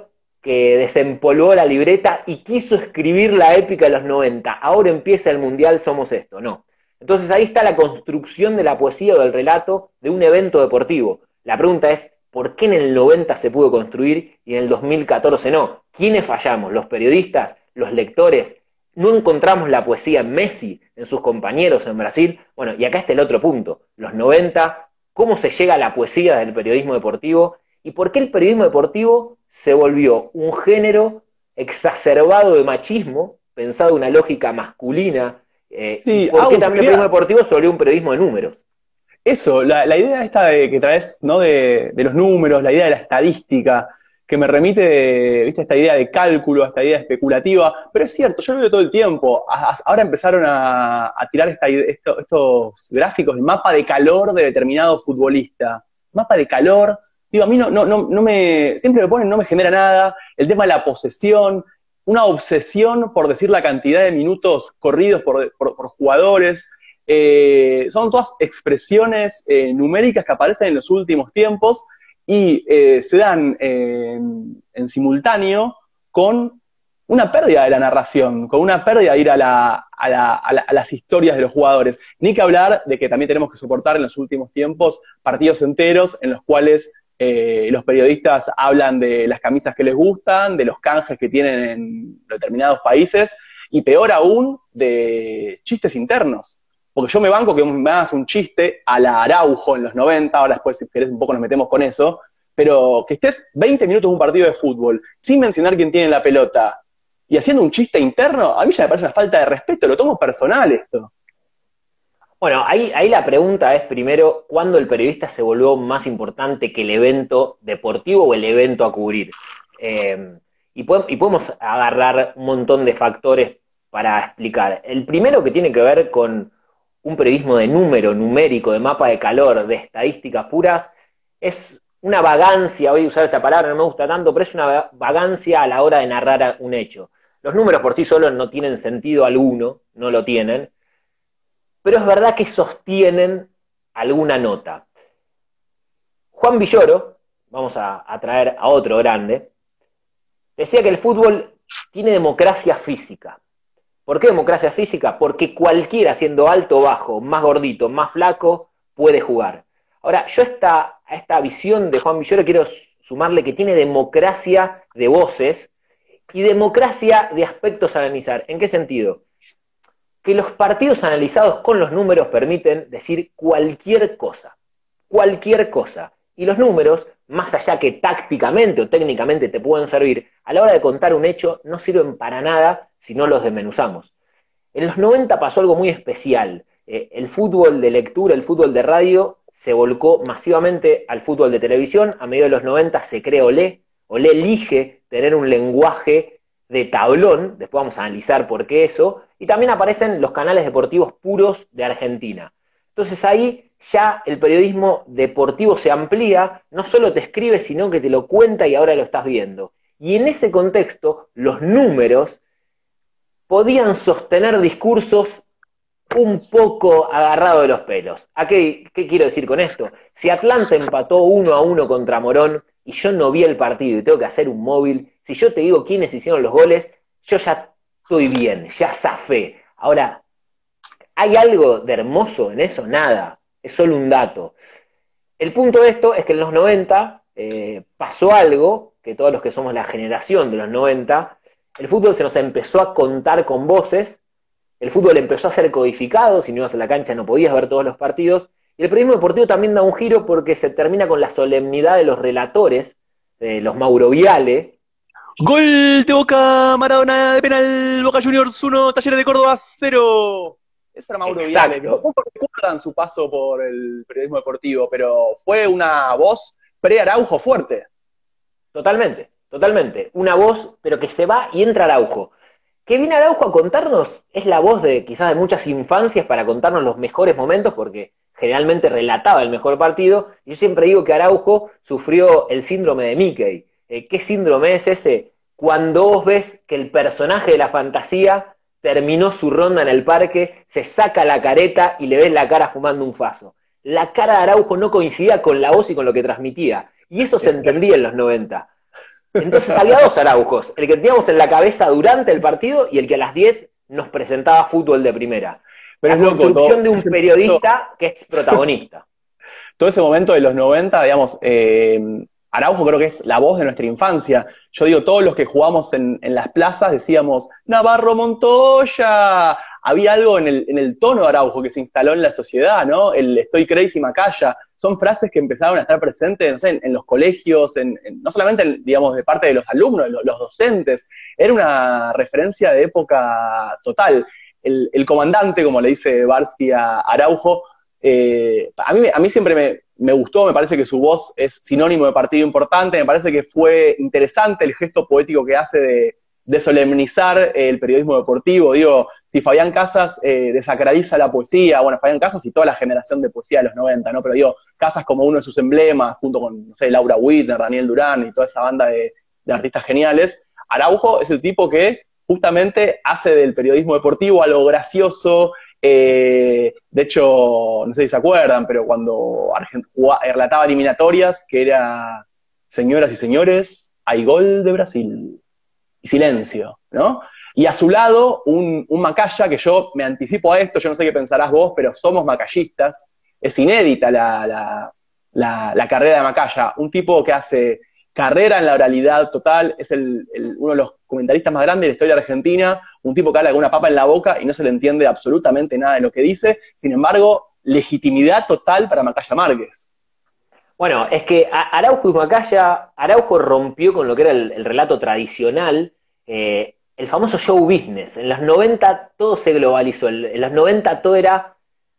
que desempolvó la libreta y quiso escribir la épica de los noventa. Ahora empieza el Mundial, somos esto. No. Entonces ahí está la construcción de la poesía o del relato de un evento deportivo. La pregunta es, ¿por qué en el noventa se pudo construir y en el dos mil catorce no? ¿Quiénes fallamos? ¿Los periodistas? ¿Los lectores? ¿No encontramos la poesía en Messi, en sus compañeros en Brasil? Bueno, y acá está el otro punto. Los noventa, ¿cómo se llega a la poesía del periodismo deportivo? ¿Y por qué el periodismo deportivo se volvió un género exacerbado de machismo, pensado en una lógica masculina? Eh, Sí, ¿Y por ah, qué también el quería- periodismo deportivo se volvió un periodismo de números? Eso, la, la idea esta de, que traes, ¿no? De, de los números, la idea de la estadística, que me remite, de, ¿viste? A esta idea de cálculo, a esta idea especulativa, pero es cierto, yo lo veo todo el tiempo. A- a- ahora empezaron a, a tirar esta ide- esto- estos gráficos de mapa de calor de determinado futbolista. Mapa de calor, digo, a mí no, no, no, no me, siempre me ponen, no me genera nada. El tema de la posesión, una obsesión por decir la cantidad de minutos corridos por, por, por jugadores. Eh, son todas expresiones eh, numéricas que aparecen en los últimos tiempos y eh, se dan eh, en, en simultáneo con una pérdida de la narración, con una pérdida de ir a, la, a, la, a, la, a las historias de los jugadores. Ni que hablar de que también tenemos que soportar en los últimos tiempos partidos enteros en los cuales eh, los periodistas hablan de las camisas que les gustan, de los canjes que tienen en determinados países, y peor aún, de chistes internos. Porque yo me banco que me hagas un chiste a la Araujo en los noventa, ahora después si querés un poco nos metemos con eso, pero que estés veinte minutos en un partido de fútbol sin mencionar quién tiene la pelota y haciendo un chiste interno, a mí ya me parece una falta de respeto, lo tomo personal esto. Bueno, ahí, ahí la pregunta es primero, ¿cuándo el periodista se volvió más importante que el evento deportivo o el evento a cubrir? Eh, y, podemos, y podemos agarrar un montón de factores para explicar. El primero que tiene que ver con un periodismo de número, numérico, de mapa de calor, de estadísticas puras, es una vagancia, voy a usar esta palabra, no me gusta tanto, pero es una vagancia a la hora de narrar un hecho. Los números por sí solos no tienen sentido alguno, no lo tienen, pero es verdad que sostienen alguna nota. Juan Villoro, vamos a, a traer a otro grande, decía que el fútbol tiene democracia física. ¿Por qué democracia física? Porque cualquiera, siendo alto o bajo, más gordito, más flaco, puede jugar. Ahora, yo esta, a esta visión de Juan Villoro quiero sumarle que tiene democracia de voces y democracia de aspectos a analizar. ¿En qué sentido? Que los partidos analizados con los números permiten decir cualquier cosa, cualquier cosa. Y los números, más allá que tácticamente o técnicamente te pueden servir, a la hora de contar un hecho no sirven para nada si no los desmenuzamos. En los noventa pasó algo muy especial. Eh, el fútbol de lectura, el fútbol de radio, se volcó masivamente al fútbol de televisión. A mediados de los noventa se crea Olé. Olé elige tener un lenguaje de tablón, después vamos a analizar por qué eso, y también aparecen los canales deportivos puros de Argentina. Entonces ahí ya el periodismo deportivo se amplía, no solo te escribe, sino que te lo cuenta y ahora lo estás viendo. Y en ese contexto, los números podían sostener discursos un poco agarrados de los pelos. ¿A qué, qué quiero decir con esto? Si Atlanta empató uno a uno contra Morón y yo no vi el partido y tengo que hacer un móvil, si yo te digo quiénes hicieron los goles, yo ya estoy bien, ya zafé. Ahora, ¿hay algo de hermoso en eso? Nada, es solo un dato. El punto de esto es que en los noventa eh, pasó algo, que todos los que somos la generación de los noventa, el fútbol se nos empezó a contar con voces, el fútbol empezó a ser codificado, si no ibas a la cancha no podías ver todos los partidos, y el periodismo deportivo también da un giro porque se termina con la solemnidad de los relatores, de los Mauro Viale. Gol de Boca, Maradona de penal, Boca Juniors uno, Talleres de Córdoba cero. Eso era Mauro Viale. Exacto. Pocos recuerdan su paso por el periodismo deportivo, pero fue una voz pre-Araujo fuerte. Totalmente, totalmente. Una voz, pero que se va y entra Araujo. Que viene Araujo a contarnos, es la voz de quizás de muchas infancias para contarnos los mejores momentos, porque generalmente relataba el mejor partido. Y yo siempre digo que Araujo sufrió el síndrome de Mickey. Eh, ¿Qué síndrome es ese? Cuando vos ves que el personaje de la fantasía terminó su ronda en el parque, se saca la careta y le ves la cara fumando un faso. La cara de Araujo no coincidía con la voz y con lo que transmitía. Y eso se entendía en los noventa. Entonces había dos Araujos, el que teníamos en la cabeza durante el partido y el que a las diez nos presentaba fútbol de primera. Pero la es loco, construcción todo, de un periodista que es protagonista. todo ese momento de los noventa, digamos, eh, Araujo creo que es la voz de nuestra infancia. Yo digo, todos los que jugamos en, en las plazas decíamos, Navarro Montoya. Había algo en el, en el tono de Araujo que se instaló en la sociedad, ¿no? El estoy crazy Macaya. Son frases que empezaron a estar presentes, no sé, en, en los colegios, en, en, no solamente, en, digamos, de parte de los alumnos, los, los docentes. Era una referencia de época total. El, el comandante, como le dice Barsky a Araujo, eh, a, mí, a mí siempre me, me gustó, me parece que su voz es sinónimo de partido importante, me parece que fue interesante el gesto poético que hace de, de solemnizar el periodismo deportivo. Digo, si Fabián Casas eh, desacraliza la poesía, bueno, Fabián Casas y toda la generación de poesía de los noventa, ¿no? Pero digo, Casas como uno de sus emblemas, junto con, no sé, Laura Whitner, Daniel Durán y toda esa banda de, de artistas geniales, Araujo es el tipo que justamente hace del periodismo deportivo algo gracioso. Eh, de hecho, no sé si se acuerdan, pero cuando Argent jugaba, relataba eliminatorias, que era, señoras y señores, hay gol de Brasil. Y silencio, ¿no? Y a su lado, un, un Macaya, que yo me anticipo a esto, yo no sé qué pensarás vos, pero somos macayistas. Es inédita la, la, la, la carrera de Macaya. Un tipo que hace carrera en la oralidad total, es el, el, uno de los comentaristas más grandes de la historia argentina, un tipo que habla con una papa en la boca y no se le entiende absolutamente nada de lo que dice, sin embargo, legitimidad total para Macaya Márquez. Bueno, es que Araujo y Macaya, Araujo rompió con lo que era el, el relato tradicional, eh, el famoso show business. En los noventa todo se globalizó, en los noventa todo era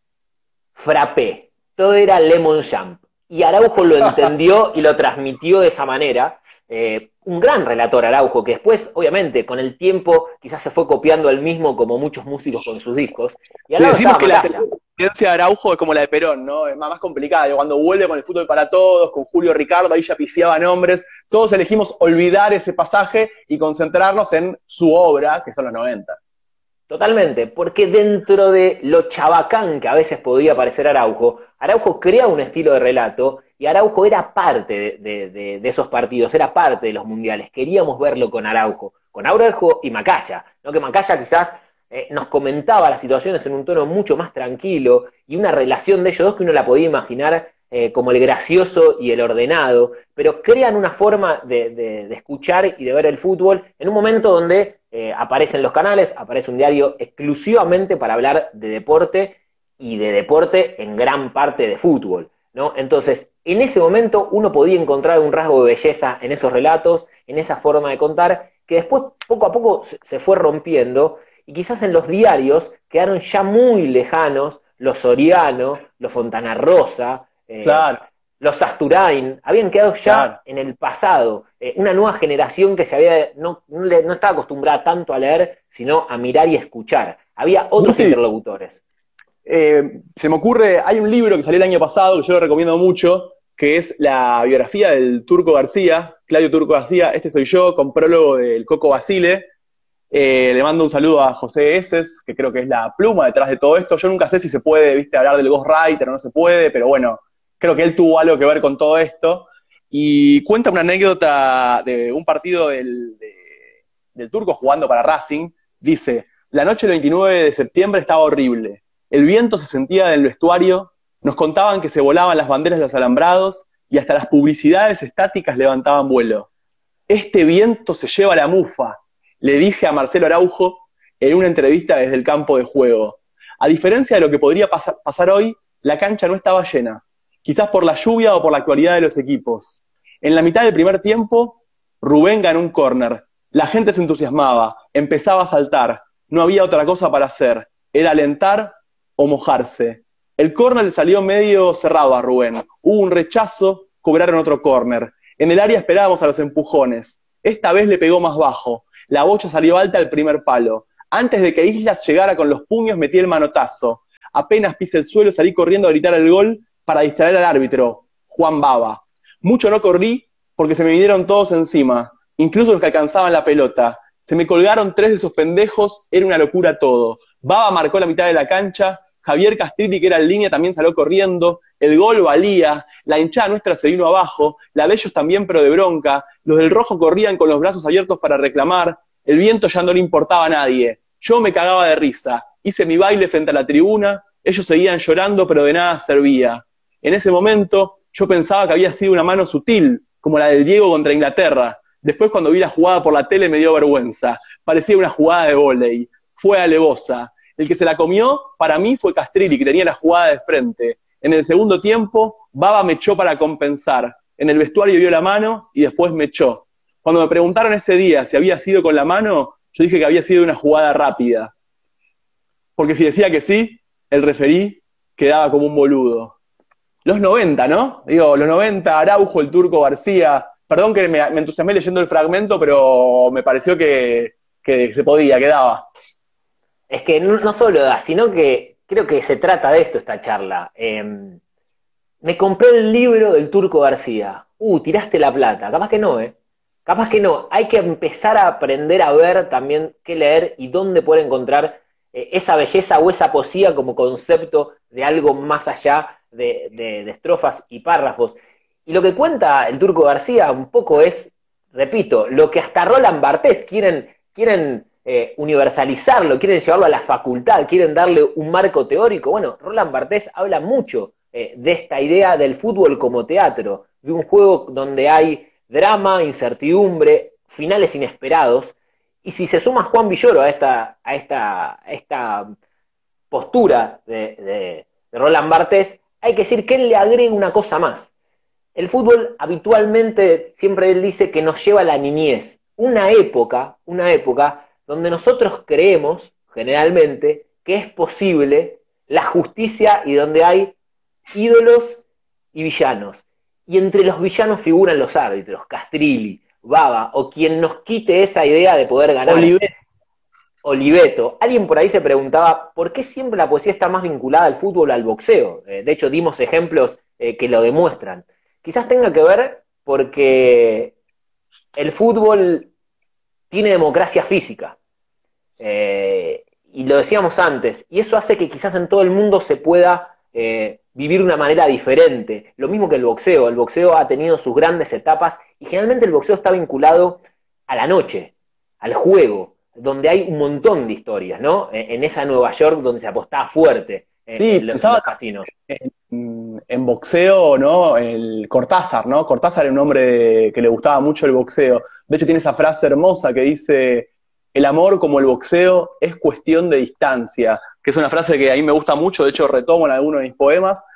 frappé, todo era lemon jump. Y Araujo lo entendió y lo transmitió de esa manera. Eh, un gran relator Araujo, que después, obviamente, con el tiempo quizás se fue copiando él mismo como muchos músicos con sus discos. Y Le decimos que Macaya. La tendencia de Araujo es como la de Perón, ¿no? Es más, más complicada. Cuando vuelve con el fútbol para todos, con Julio Ricardo, ahí ya pifiaba nombres. Todos elegimos olvidar ese pasaje y concentrarnos en su obra, que son los noventa. Totalmente, porque dentro de lo chabacán que a veces podía parecer Araujo, Araujo crea un estilo de relato y Araujo era parte de, de, de, de esos partidos, era parte de los mundiales. Queríamos verlo con Araujo, con Araujo y Macaya, ¿no? Que Macaya quizás eh, nos comentaba las situaciones en un tono mucho más tranquilo y una relación de ellos dos que uno la podía imaginar eh, como el gracioso y el ordenado, pero crean una forma de, de, de escuchar y de ver el fútbol en un momento donde eh, aparecen los canales, aparece un diario exclusivamente para hablar de deporte y de deporte en gran parte de fútbol, ¿no? Entonces, en ese momento uno podía encontrar un rasgo de belleza en esos relatos, en esa forma de contar, que después poco a poco se fue rompiendo y quizás en los diarios quedaron ya muy lejanos los Soriano, los Fontana Rosa, eh, claro. los Asturain, habían quedado ya claro. en el pasado. Eh, una nueva generación que se había no, no, le, no estaba acostumbrada tanto a leer, sino a mirar y escuchar. Había otros sí. interlocutores. Eh, se me ocurre, hay un libro que salió el año pasado, que yo lo recomiendo mucho, que es la biografía del Turco García, Claudio Turco García, Este soy yo, con prólogo del Coco Basile. Eh, le mando un saludo a José Eses, que creo que es la pluma detrás de todo esto. Yo nunca sé si se puede, viste, hablar del ghostwriter o no se puede, pero bueno, creo que él tuvo algo que ver con todo esto. Y cuenta una anécdota de un partido del, de, del Turco jugando para Racing. Dice, la noche del veintinueve de septiembre estaba horrible. El viento se sentía en el vestuario, nos contaban que se volaban las banderas de los alambrados y hasta las publicidades estáticas levantaban vuelo. Este viento se lleva la mufa, le dije a Marcelo Araujo en una entrevista desde el campo de juego. A diferencia de lo que podría pasar, pasar hoy, la cancha no estaba llena, quizás por la lluvia o por la cualidad de los equipos. En la mitad del primer tiempo, Rubén ganó un córner. La gente se entusiasmaba, empezaba a saltar, no había otra cosa para hacer, era alentar o mojarse. El córner le salió medio cerrado a Rubén. Hubo un rechazo, cobraron otro córner. En el área esperábamos a los empujones. Esta vez le pegó más bajo. La bocha salió alta al primer palo. Antes de que Islas llegara con los puños, metí el manotazo. Apenas pisé el suelo, salí corriendo a gritar el gol para distraer al árbitro, Juan Baba. Mucho no corrí porque se me vinieron todos encima, incluso los que alcanzaban la pelota. Se me colgaron tres de esos pendejos, era una locura todo. Baba marcó la mitad de la cancha, Javier Castrilli, que era en línea, también salió corriendo, el gol valía, la hinchada nuestra se vino abajo, la de ellos también pero de bronca, los del rojo corrían con los brazos abiertos para reclamar, el viento ya no le importaba a nadie, yo me cagaba de risa, hice mi baile frente a la tribuna, ellos seguían llorando pero de nada servía. En ese momento yo pensaba que había sido una mano sutil, como la del Diego contra Inglaterra. Después cuando vi la jugada por la tele me dio vergüenza. Parecía una jugada de vóley. Fue alevosa. El que se la comió, para mí, fue Castrilli, que tenía la jugada de frente. En el segundo tiempo, Baba me echó para compensar. En el vestuario dio la mano y después me echó. Cuando me preguntaron ese día si había sido con la mano, yo dije que había sido una jugada rápida. Porque si decía que sí, el referí quedaba como un boludo. Los noventa, ¿no? Digo, los noventa, Araujo, el Turco García. Perdón que me, me entusiasmé leyendo el fragmento, pero me pareció que, que se podía, que daba. Es que no, no solo da, sino que creo que se trata de esto esta charla. Eh, me compré el libro del Turco García. Uh, tiraste la plata. Capaz que no, ¿eh? Capaz que no. Hay que empezar a aprender a ver también qué leer y dónde poder encontrar eh, esa belleza o esa poesía como concepto de algo más allá de, de, de estrofas y párrafos. Y lo que cuenta el Turco García un poco es, repito, lo que hasta Roland Barthes quieren, quieren eh, universalizarlo, quieren llevarlo a la facultad, quieren darle un marco teórico. Bueno, Roland Barthes habla mucho eh, de esta idea del fútbol como teatro, de un juego donde hay drama, incertidumbre, finales inesperados. Y si se suma Juan Villoro a esta, a esta, a esta postura de, de, de Roland Barthes, hay que decir que él le agrega una cosa más. El fútbol habitualmente, siempre él dice que nos lleva a la niñez, una época, una época donde nosotros creemos, generalmente, que es posible la justicia y donde hay ídolos y villanos. Y entre los villanos figuran los árbitros, Castrilli, Baba, o quien nos quite esa idea de poder ganar. Oliveto. Oliveto. Alguien por ahí se preguntaba, ¿por qué siempre la poesía está más vinculada al fútbol o al boxeo? Eh, de hecho, dimos ejemplos eh, que lo demuestran. Quizás tenga que ver porque el fútbol tiene democracia física. Eh, y lo decíamos antes, y eso hace que quizás en todo el mundo se pueda eh, vivir de una manera diferente. Lo mismo que el boxeo. El boxeo ha tenido sus grandes etapas y generalmente el boxeo está vinculado a la noche, al juego, donde hay un montón de historias, ¿no? En esa Nueva York donde se apostaba fuerte en, Sí, en los, pensaba en los casinos. en, en boxeo, ¿no? El Cortázar, ¿no? Cortázar era un hombre de- que le gustaba mucho el boxeo. De hecho, tiene esa frase hermosa que dice: el amor, como el boxeo, es cuestión de distancia, que es una frase que a mí me gusta mucho, de hecho retomo en algunos de mis poemas.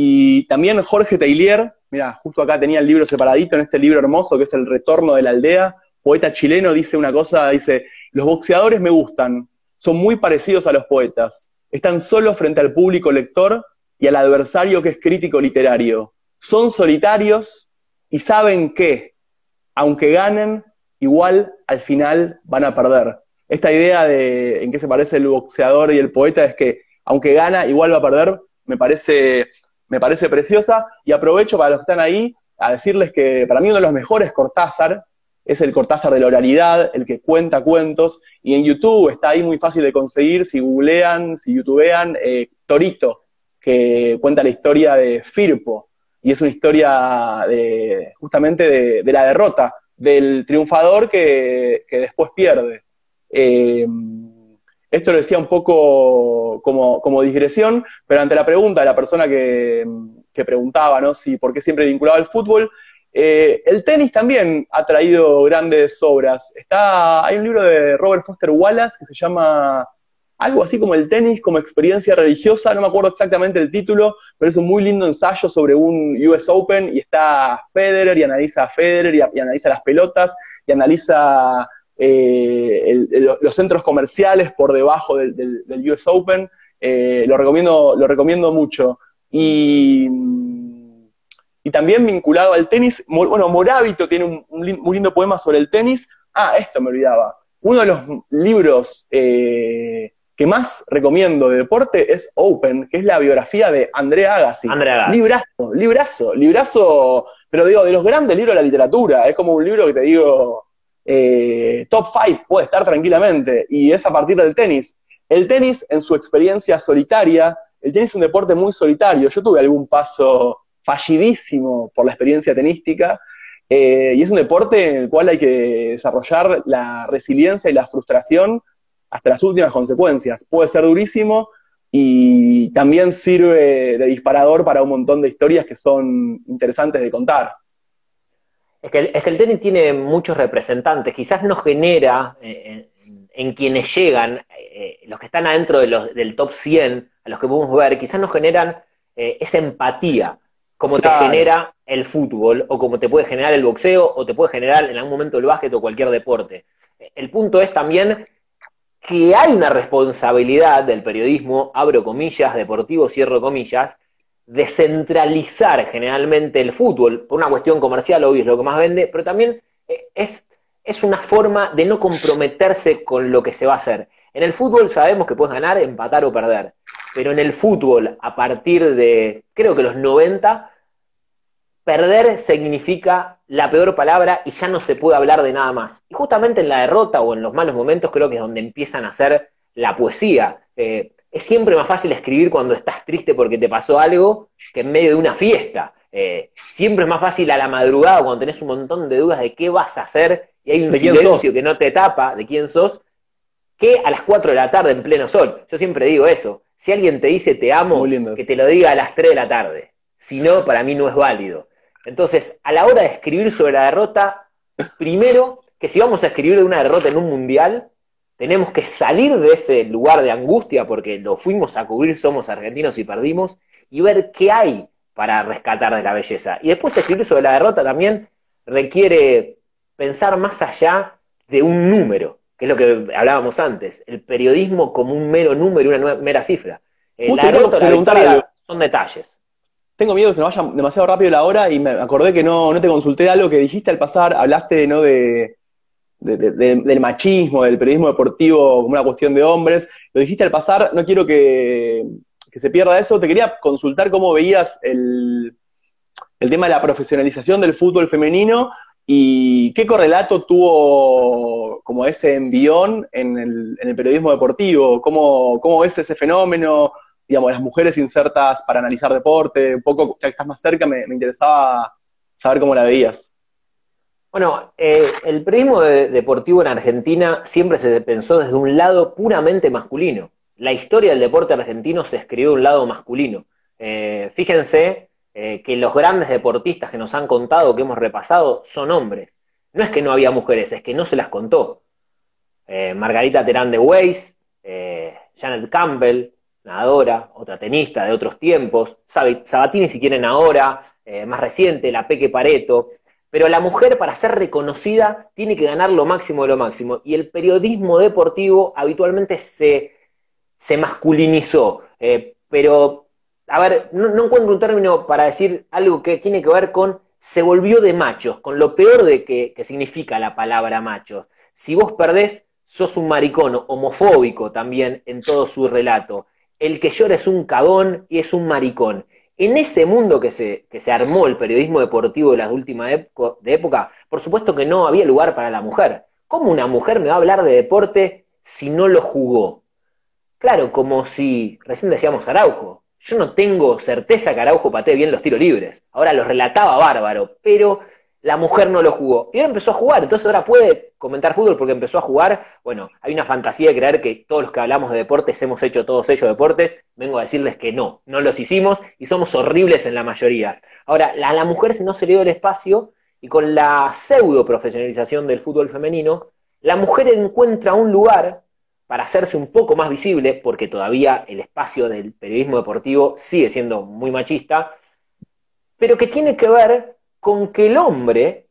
Y también Jorge Teillier, mira, justo acá tenía el libro separadito, en este libro hermoso que es El retorno de la aldea, poeta chileno, dice una cosa, dice: los boxeadores me gustan, son muy parecidos a los poetas, están solos frente al público lector y al adversario que es crítico literario. Son solitarios y saben que, aunque ganen, igual al final van a perder. Esta idea de en qué se parece el boxeador y el poeta es que, aunque gana, igual va a perder, me parece, me parece preciosa. Y aprovecho para los que están ahí a decirles que para mí uno de los mejores Cortázar es el Cortázar de la oralidad, el que cuenta cuentos, y en YouTube está ahí muy fácil de conseguir, si googlean, si youtubean, eh, Torito, que cuenta la historia de Firpo, y es una historia de, justamente de, de la derrota, del triunfador que, que después pierde. Eh, esto lo decía un poco como, como digresión, pero ante la pregunta de la persona que, que preguntaba, ¿no? Si por qué siempre vinculado al fútbol, eh, el tenis también ha traído grandes obras. Está, hay un libro de Robert Foster Wallace que se llama algo así como el tenis como experiencia religiosa, no me acuerdo exactamente el título, pero es un muy lindo ensayo sobre un U S Open, y está Federer, y analiza a Federer, y, y analiza las pelotas, y analiza eh, el, el, los centros comerciales por debajo del, del, del U S Open. Eh, lo recomiendo, lo recomiendo mucho. Y, y también vinculado al tenis, bueno, Morábito tiene un, un muy lindo poema sobre el tenis. Ah, esto me olvidaba. Uno de los libros eh, que más recomiendo de deporte es Open, que es la biografía de André Agassi. André Agassi. Librazo, librazo, librazo, pero digo, de los grandes libros de la literatura. Es como un libro que te digo, eh, top five puede estar tranquilamente, y es a partir del tenis. El tenis, en su experiencia solitaria, el tenis es un deporte muy solitario. Yo tuve algún paso fallidísimo por la experiencia tenística, eh, y es un deporte en el cual hay que desarrollar la resiliencia y la frustración hasta las últimas consecuencias. Puede ser durísimo y también sirve de disparador para un montón de historias que son interesantes de contar. Es que, el, es que el tenis tiene muchos representantes, quizás no genera eh, en, en quienes llegan, eh, los que están adentro de los, del top cien, a los que podemos ver, quizás no generan eh, esa empatía como Claro. te genera el fútbol, o como te puede generar el boxeo, o te puede generar en algún momento el básquet o cualquier deporte. El punto es también que hay una responsabilidad del periodismo, abro comillas, deportivo, cierro comillas, de centralizar generalmente el fútbol, por una cuestión comercial, obvio, es lo que más vende, pero también es, es una forma de no comprometerse con lo que se va a hacer. En el fútbol sabemos que puedes ganar, empatar o perder, pero en el fútbol, a partir de, creo que los noventa, perder significa la peor palabra y ya no se puede hablar de nada más. Y justamente en la derrota o en los malos momentos creo que es donde empiezan a hacer la poesía. Eh, es siempre más fácil escribir cuando estás triste porque te pasó algo que en medio de una fiesta. Eh, siempre es más fácil a la madrugada cuando tenés un montón de dudas de qué vas a hacer y hay un silencio que no te tapa de quién sos, que a las cuatro de la tarde en pleno sol. Yo siempre digo eso. Si alguien te dice te amo, que te lo diga a las tres de la tarde. Si no, para mí no es válido. Entonces, a la hora de escribir sobre la derrota, primero, que si vamos a escribir de una derrota en un mundial, tenemos que salir de ese lugar de angustia, porque lo fuimos a cubrir, somos argentinos y perdimos, y ver qué hay para rescatar de la belleza. Y después escribir sobre la derrota también requiere pensar más allá de un número, que es lo que hablábamos antes, el periodismo como un mero número, una mera cifra. Eh, la derrota o la victoria son detalles. Tengo miedo que se nos vaya demasiado rápido la hora y me acordé que no, no te consulté algo que dijiste al pasar, hablaste, ¿no?, de, de, de, de, del machismo, del periodismo deportivo como una cuestión de hombres, lo dijiste al pasar, no quiero que, que se pierda eso, te quería consultar cómo veías el, el tema de la profesionalización del fútbol femenino y qué correlato tuvo como ese envión en el, en el periodismo deportivo, cómo, cómo ves ese fenómeno, digamos, las mujeres insertas para analizar deporte, un poco, ya que estás más cerca, me, me interesaba saber cómo la veías. Bueno, eh, el periodismo de, deportivo en Argentina siempre se pensó desde un lado puramente masculino. La historia del deporte argentino se escribió de un lado masculino. Eh, fíjense eh, que los grandes deportistas que nos han contado, que hemos repasado, son hombres. No es que no había mujeres, es que no se las contó. Eh, Margarita Terán de Weiss, eh, Janet Campbell, nadadora, otra tenista de otros tiempos, Sabatini si quieren ahora, eh, más reciente, la Peque Pareto, pero la mujer para ser reconocida tiene que ganar lo máximo de lo máximo, y el periodismo deportivo habitualmente se, se masculinizó, eh, pero, a ver, no, no encuentro un término para decir algo que tiene que ver con, se volvió de machos, con lo peor de que, que significa la palabra machos. Si vos perdés, sos un maricón, homofóbico también en todo su relato. El que llora es un cagón y es un maricón. En ese mundo que se, que se armó el periodismo deportivo de la última época, de época, por supuesto que no había lugar para la mujer. ¿Cómo una mujer me va a hablar de deporte si no lo jugó? Claro, como si, recién decíamos Araujo, yo no tengo certeza que Araujo patee bien los tiros libres. Ahora los relataba bárbaro, pero la mujer no lo jugó. Y ahora empezó a jugar, entonces ahora puede comentar fútbol porque empezó a jugar. Bueno, hay una fantasía de creer que todos los que hablamos de deportes hemos hecho todos ellos deportes. Vengo a decirles que no, no los hicimos y somos horribles en la mayoría. Ahora, a la mujer no se le dio el espacio y con la pseudo profesionalización del fútbol femenino, la mujer encuentra un lugar para hacerse un poco más visible, porque todavía el espacio del periodismo deportivo sigue siendo muy machista, pero que tiene que ver con que el hombre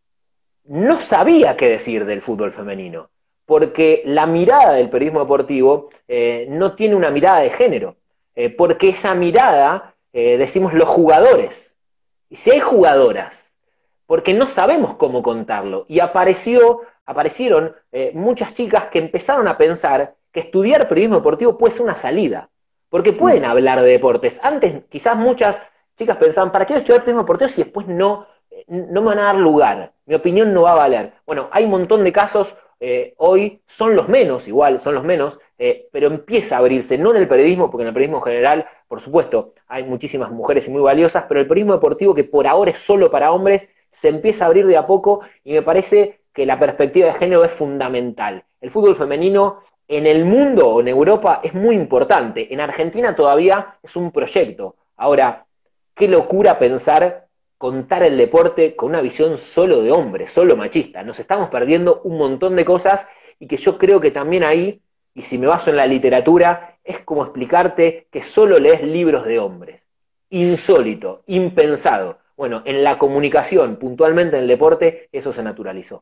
no sabía qué decir del fútbol femenino, porque la mirada del periodismo deportivo eh, no tiene una mirada de género, eh, porque esa mirada, eh, decimos los jugadores, y si hay jugadoras, porque no sabemos cómo contarlo, y apareció, aparecieron eh, muchas chicas que empezaron a pensar que estudiar periodismo deportivo puede ser una salida, porque pueden mm. hablar de deportes. Antes quizás muchas chicas pensaban, ¿para qué voy a estudiar periodismo deportivo si después no, no me van a dar lugar? Mi opinión no va a valer. Bueno, hay un montón de casos eh, hoy son los menos, igual, son los menos, eh, pero empieza a abrirse, no en el periodismo, porque en el periodismo en general, por supuesto, hay muchísimas mujeres y muy valiosas, pero el periodismo deportivo, que por ahora es solo para hombres, se empieza a abrir de a poco y me parece que la perspectiva de género es fundamental. El fútbol femenino en el mundo o en Europa es muy importante, en Argentina todavía es un proyecto. Ahora, qué locura pensar contar el deporte con una visión solo de hombres, solo machista. Nos estamos perdiendo un montón de cosas y que yo creo que también ahí, y si me baso en la literatura, es como explicarte que solo lees libros de hombres. Insólito, impensado. Bueno, en la comunicación, puntualmente en el deporte, eso se naturalizó.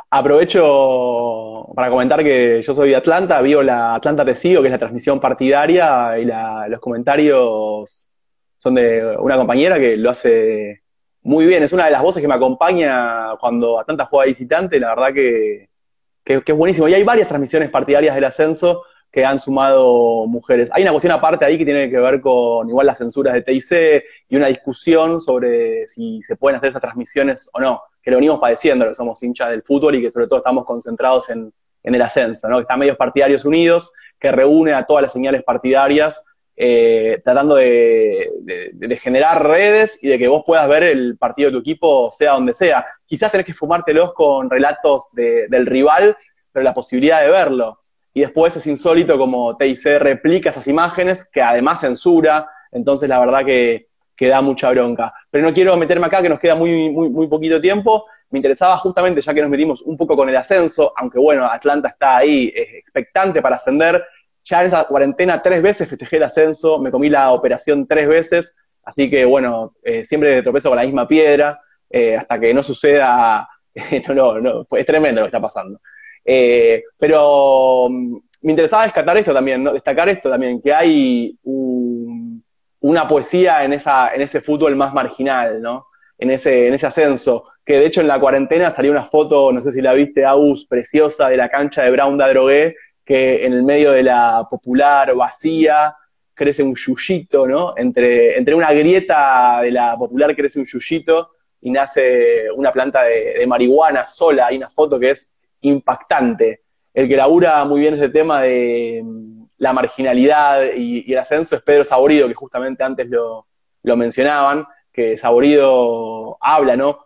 Aprovecho para comentar que yo soy de Atlanta, vivo la Atlanta Te Sigo, que es la transmisión partidaria, y la, los comentarios son de una compañera que lo hace muy bien. Es una de las voces que me acompaña cuando Atlanta juega visitante, la verdad que, que, que es buenísimo. Y hay varias transmisiones partidarias del ascenso que han sumado mujeres. Hay una cuestión aparte ahí que tiene que ver con igual las censuras de T I C y una discusión sobre si se pueden hacer esas transmisiones o no, que lo venimos padeciendo, que somos hinchas del fútbol y que sobre todo estamos concentrados en, en el ascenso, ¿no? Que están medios partidarios unidos, que reúne a todas las señales partidarias, eh, tratando de, de, de generar redes y de que vos puedas ver el partido de tu equipo sea donde sea. Quizás tenés que fumártelos con relatos de, del rival, pero la posibilidad de verlo. Y después es insólito como T I C replica esas imágenes, que además censura, entonces la verdad que, que da mucha bronca. Pero no quiero meterme acá, que nos queda muy, muy, muy poquito tiempo. Me interesaba justamente, ya que nos metimos un poco con el ascenso, aunque bueno, Atlanta está ahí eh, expectante para ascender. Ya en esta cuarentena tres veces festejé el ascenso, me comí la operación tres veces, así que bueno, eh, siempre tropezo con la misma piedra, eh, hasta que no suceda, eh, no, no, no, es tremendo lo que está pasando. Eh, pero um, me interesaba destacar esto también, ¿no? Destacar esto también, que hay un, una poesía en, esa, en ese fútbol más marginal, ¿no? En ese, en ese ascenso, que de hecho en la cuarentena salió una foto, no sé si la viste, Agus, preciosa, de la cancha de Brown da Drogué, que en el medio de la Popular vacía crece un yuyito, ¿no? Entre, entre una grieta de la Popular crece un yuyito y nace una planta de, de marihuana sola. Hay una foto que es impactante. El que labura muy bien ese tema de la marginalidad y, y el ascenso es Pedro Saborido, que justamente antes lo, lo mencionaban, que Saborido habla, ¿no?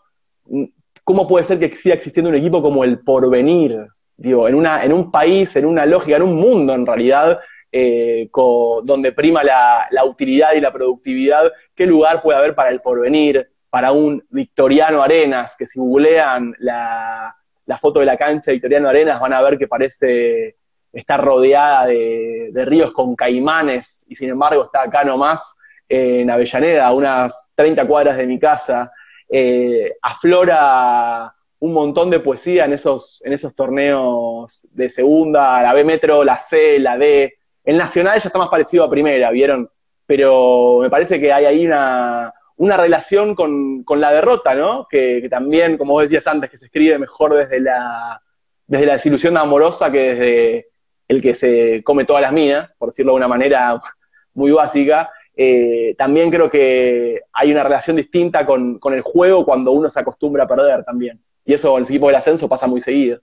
¿Cómo puede ser que siga existiendo un equipo como el Porvenir? Digo, en, una, en un país, en una lógica, en un mundo en realidad, eh, con, donde prima la, la utilidad y la productividad, ¿qué lugar puede haber para el Porvenir, para un Victoriano Arenas, que si googlean la la foto de la cancha de Victoriano Arenas van a ver que parece estar rodeada de, de ríos con caimanes, y sin embargo está acá nomás, eh, en Avellaneda, a unas treinta cuadras de mi casa? Eh, aflora un montón de poesía en esos, en esos torneos de segunda, la B Metro, la C, la D. El Nacional ya está más parecido a primera, ¿vieron? Pero me parece que hay ahí una... una relación con, con la derrota, ¿no? Que, que también, como vos decías antes, que se escribe mejor desde la, desde la desilusión amorosa que desde el que se come todas las minas, por decirlo de una manera muy básica. Eh, también creo que hay una relación distinta con, con el juego cuando uno se acostumbra a perder también. Y eso en el equipo del ascenso pasa muy seguido.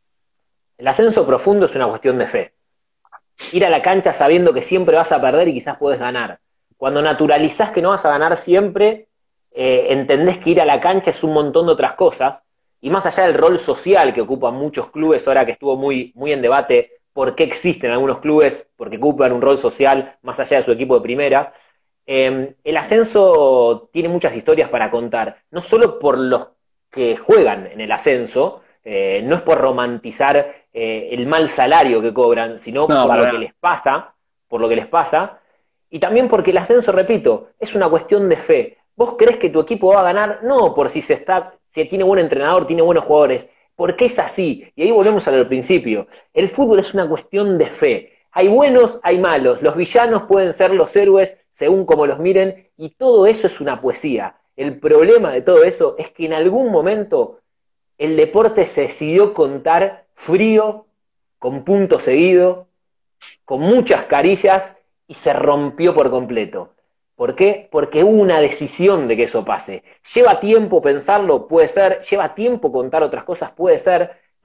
El ascenso profundo es una cuestión de fe. Ir a la cancha sabiendo que siempre vas a perder y quizás podés ganar. Cuando naturalizás que no vas a ganar siempre, eh, entendés que ir a la cancha es un montón de otras cosas, y más allá del rol social que ocupan muchos clubes, ahora que estuvo muy, muy en debate por qué existen algunos clubes, porque ocupan un rol social más allá de su equipo de primera, eh, el ascenso tiene muchas historias para contar, no solo por los que juegan en el ascenso, eh, no es por romantizar eh, el mal salario que cobran, sino No, por lo para que les pasa, por lo que les pasa. Y también porque el ascenso, repito, es una cuestión de fe. ¿Vos crees que tu equipo va a ganar? No por si se está, si tiene buen entrenador, tiene buenos jugadores, porque es así. Y ahí volvemos al principio. El fútbol es una cuestión de fe. Hay buenos, hay malos. Los villanos pueden ser los héroes según como los miren, y todo eso es una poesía. El problema de todo eso es que en algún momento el deporte se decidió contar frío, con punto seguido, con muchas carillas, y se rompió por completo. ¿Por qué? Porque hubo una decisión de que eso pase. ¿Lleva tiempo pensarlo? Puede ser. ¿Lleva tiempo contar otras cosas? Puede ser.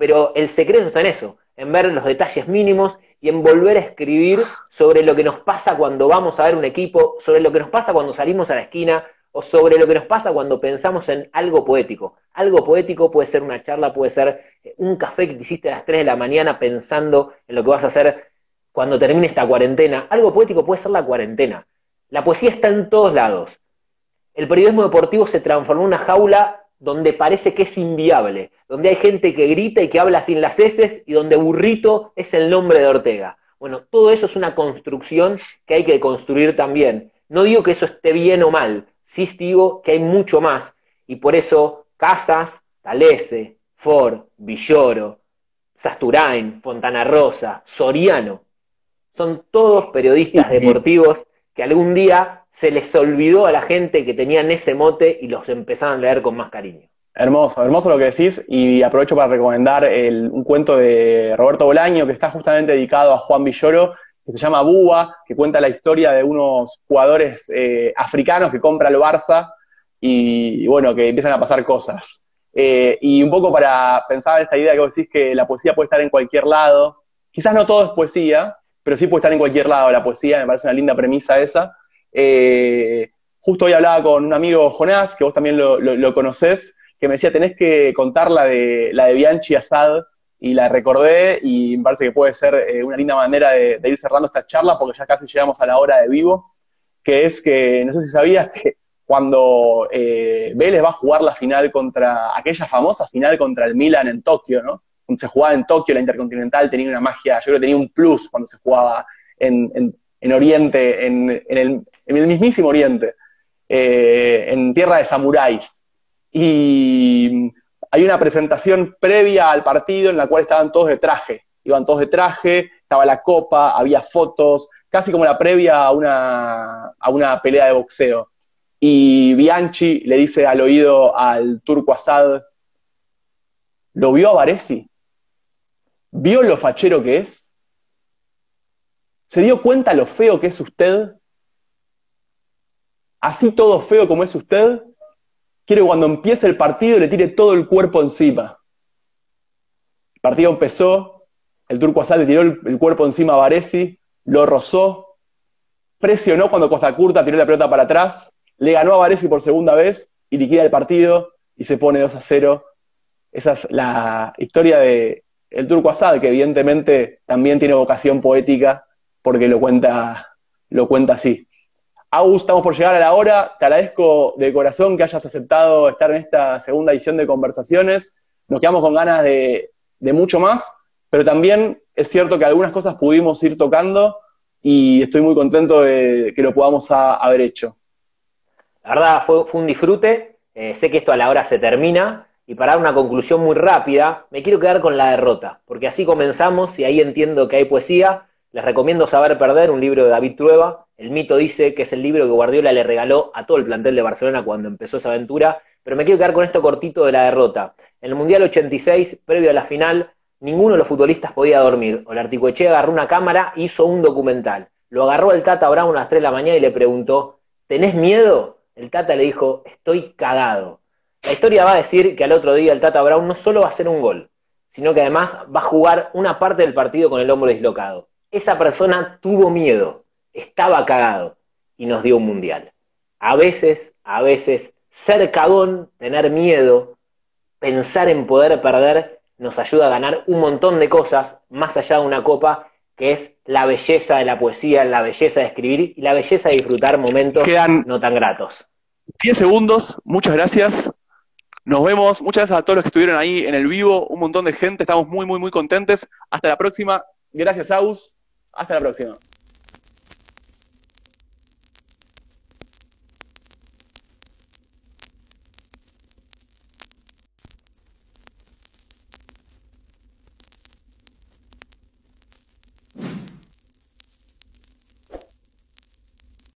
pero el secreto está en eso, en ver los detalles mínimos y en volver a escribir sobre lo que nos pasa cuando vamos a ver un equipo, sobre lo que nos pasa cuando salimos a la esquina, o sobre lo que nos pasa cuando pensamos en algo poético. Algo poético puede ser una charla, puede ser un café que te hiciste a las tres de la mañana pensando en lo que vas a hacer cuando termine esta cuarentena. Algo poético puede ser la cuarentena. La poesía está en todos lados. El periodismo deportivo se transformó en una jaula donde parece que es inviable, donde hay gente que grita y que habla sin las heces y donde Burrito es el nombre de Ortega. Bueno, todo eso es una construcción que hay que construir también. No digo que eso esté bien o mal, sí digo que hay mucho más, y por eso Casas, Talese, Ford, Villoro, Sasturain, Fontana Rosa, Soriano, son todos periodistas deportivos que algún día se les olvidó a la gente que tenían ese mote y los empezaron a leer con más cariño. Hermoso, hermoso lo que decís, y aprovecho para recomendar el, un cuento de Roberto Bolaño que está justamente dedicado a Juan Villoro, que se llama Búa, que cuenta la historia de unos jugadores eh, africanos que compra el Barça y, y bueno, que empiezan a pasar cosas. Eh, y un poco para pensar en esta idea que vos decís que la poesía puede estar en cualquier lado, quizás no todo es poesía, pero sí puede estar en cualquier lado la poesía, me parece una linda premisa esa. Eh, justo hoy hablaba con un amigo, Jonás, que vos también lo, lo, lo conocés, que me decía, tenés que contar la de, la de Bianchi Assad, y la recordé, y me parece que puede ser eh, una linda manera de, de ir cerrando esta charla, porque ya casi llegamos a la hora de vivo, que es que, no sé si sabías, que cuando eh, Vélez va a jugar la final contra, aquella famosa final contra el Milan en Tokio, ¿no? Cuando se jugaba en Tokio, la Intercontinental tenía una magia, yo creo que tenía un plus cuando se jugaba en, en, en Oriente, en, en, el, en el mismísimo Oriente, eh, en tierra de samuráis. Y hay una presentación previa al partido en la cual estaban todos de traje, iban todos de traje, estaba la copa, había fotos, casi como la previa a una, a una pelea de boxeo. Y Bianchi le dice al oído al turco Assad, ¿lo vio a Baresi? ¿Vio lo fachero que es? ¿Se dio cuenta lo feo que es usted? Así todo feo como es usted, quiere que cuando empiece el partido le tire todo el cuerpo encima. El partido empezó, el turco Assad le tiró el, el cuerpo encima a Baresi, lo rozó, presionó cuando Costa Curta tiró la pelota para atrás, le ganó a Baresi por segunda vez y liquida el partido y se pone dos a cero. Esa es la historia de el turco Assad, que evidentemente también tiene vocación poética porque lo cuenta, lo cuenta así. Agus, estamos por llegar a la hora. Te agradezco de corazón que hayas aceptado estar en esta segunda edición de Conversaciones. Nos quedamos con ganas de, de mucho más, pero también es cierto que algunas cosas pudimos ir tocando y estoy muy contento de que lo podamos a, haber hecho. La verdad fue, fue un disfrute, eh, sé que esto a la hora se termina, y para dar una conclusión muy rápida, me quiero quedar con la derrota, porque así comenzamos y ahí entiendo que hay poesía. Les recomiendo Saber Perder, un libro de David Trueba. El mito dice que es el libro que Guardiola le regaló a todo el plantel de Barcelona cuando empezó esa aventura, pero me quiero quedar con esto cortito de la derrota. En el Mundial ochenta y seis, previo a la final, ninguno de los futbolistas podía dormir. Olarticoechea agarró una cámara e hizo un documental. Lo agarró el Tata Brown a las tres de la mañana y le preguntó, ¿tenés miedo? El Tata le dijo, estoy cagado. La historia va a decir que al otro día el Tata Brown no solo va a hacer un gol, sino que además va a jugar una parte del partido con el hombro dislocado. Esa persona tuvo miedo, estaba cagado y nos dio un mundial. A veces, a veces, ser cagón, tener miedo, pensar en poder perder, nos ayuda a ganar un montón de cosas, más allá de una copa, que es la belleza de la poesía, la belleza de escribir y la belleza de disfrutar momentos Quedan no tan gratos. diez segundos, muchas gracias. Nos vemos, muchas gracias a todos los que estuvieron ahí en el vivo, un montón de gente, estamos muy, muy, muy contentes. Hasta la próxima. Gracias, Aus. Hasta la próxima.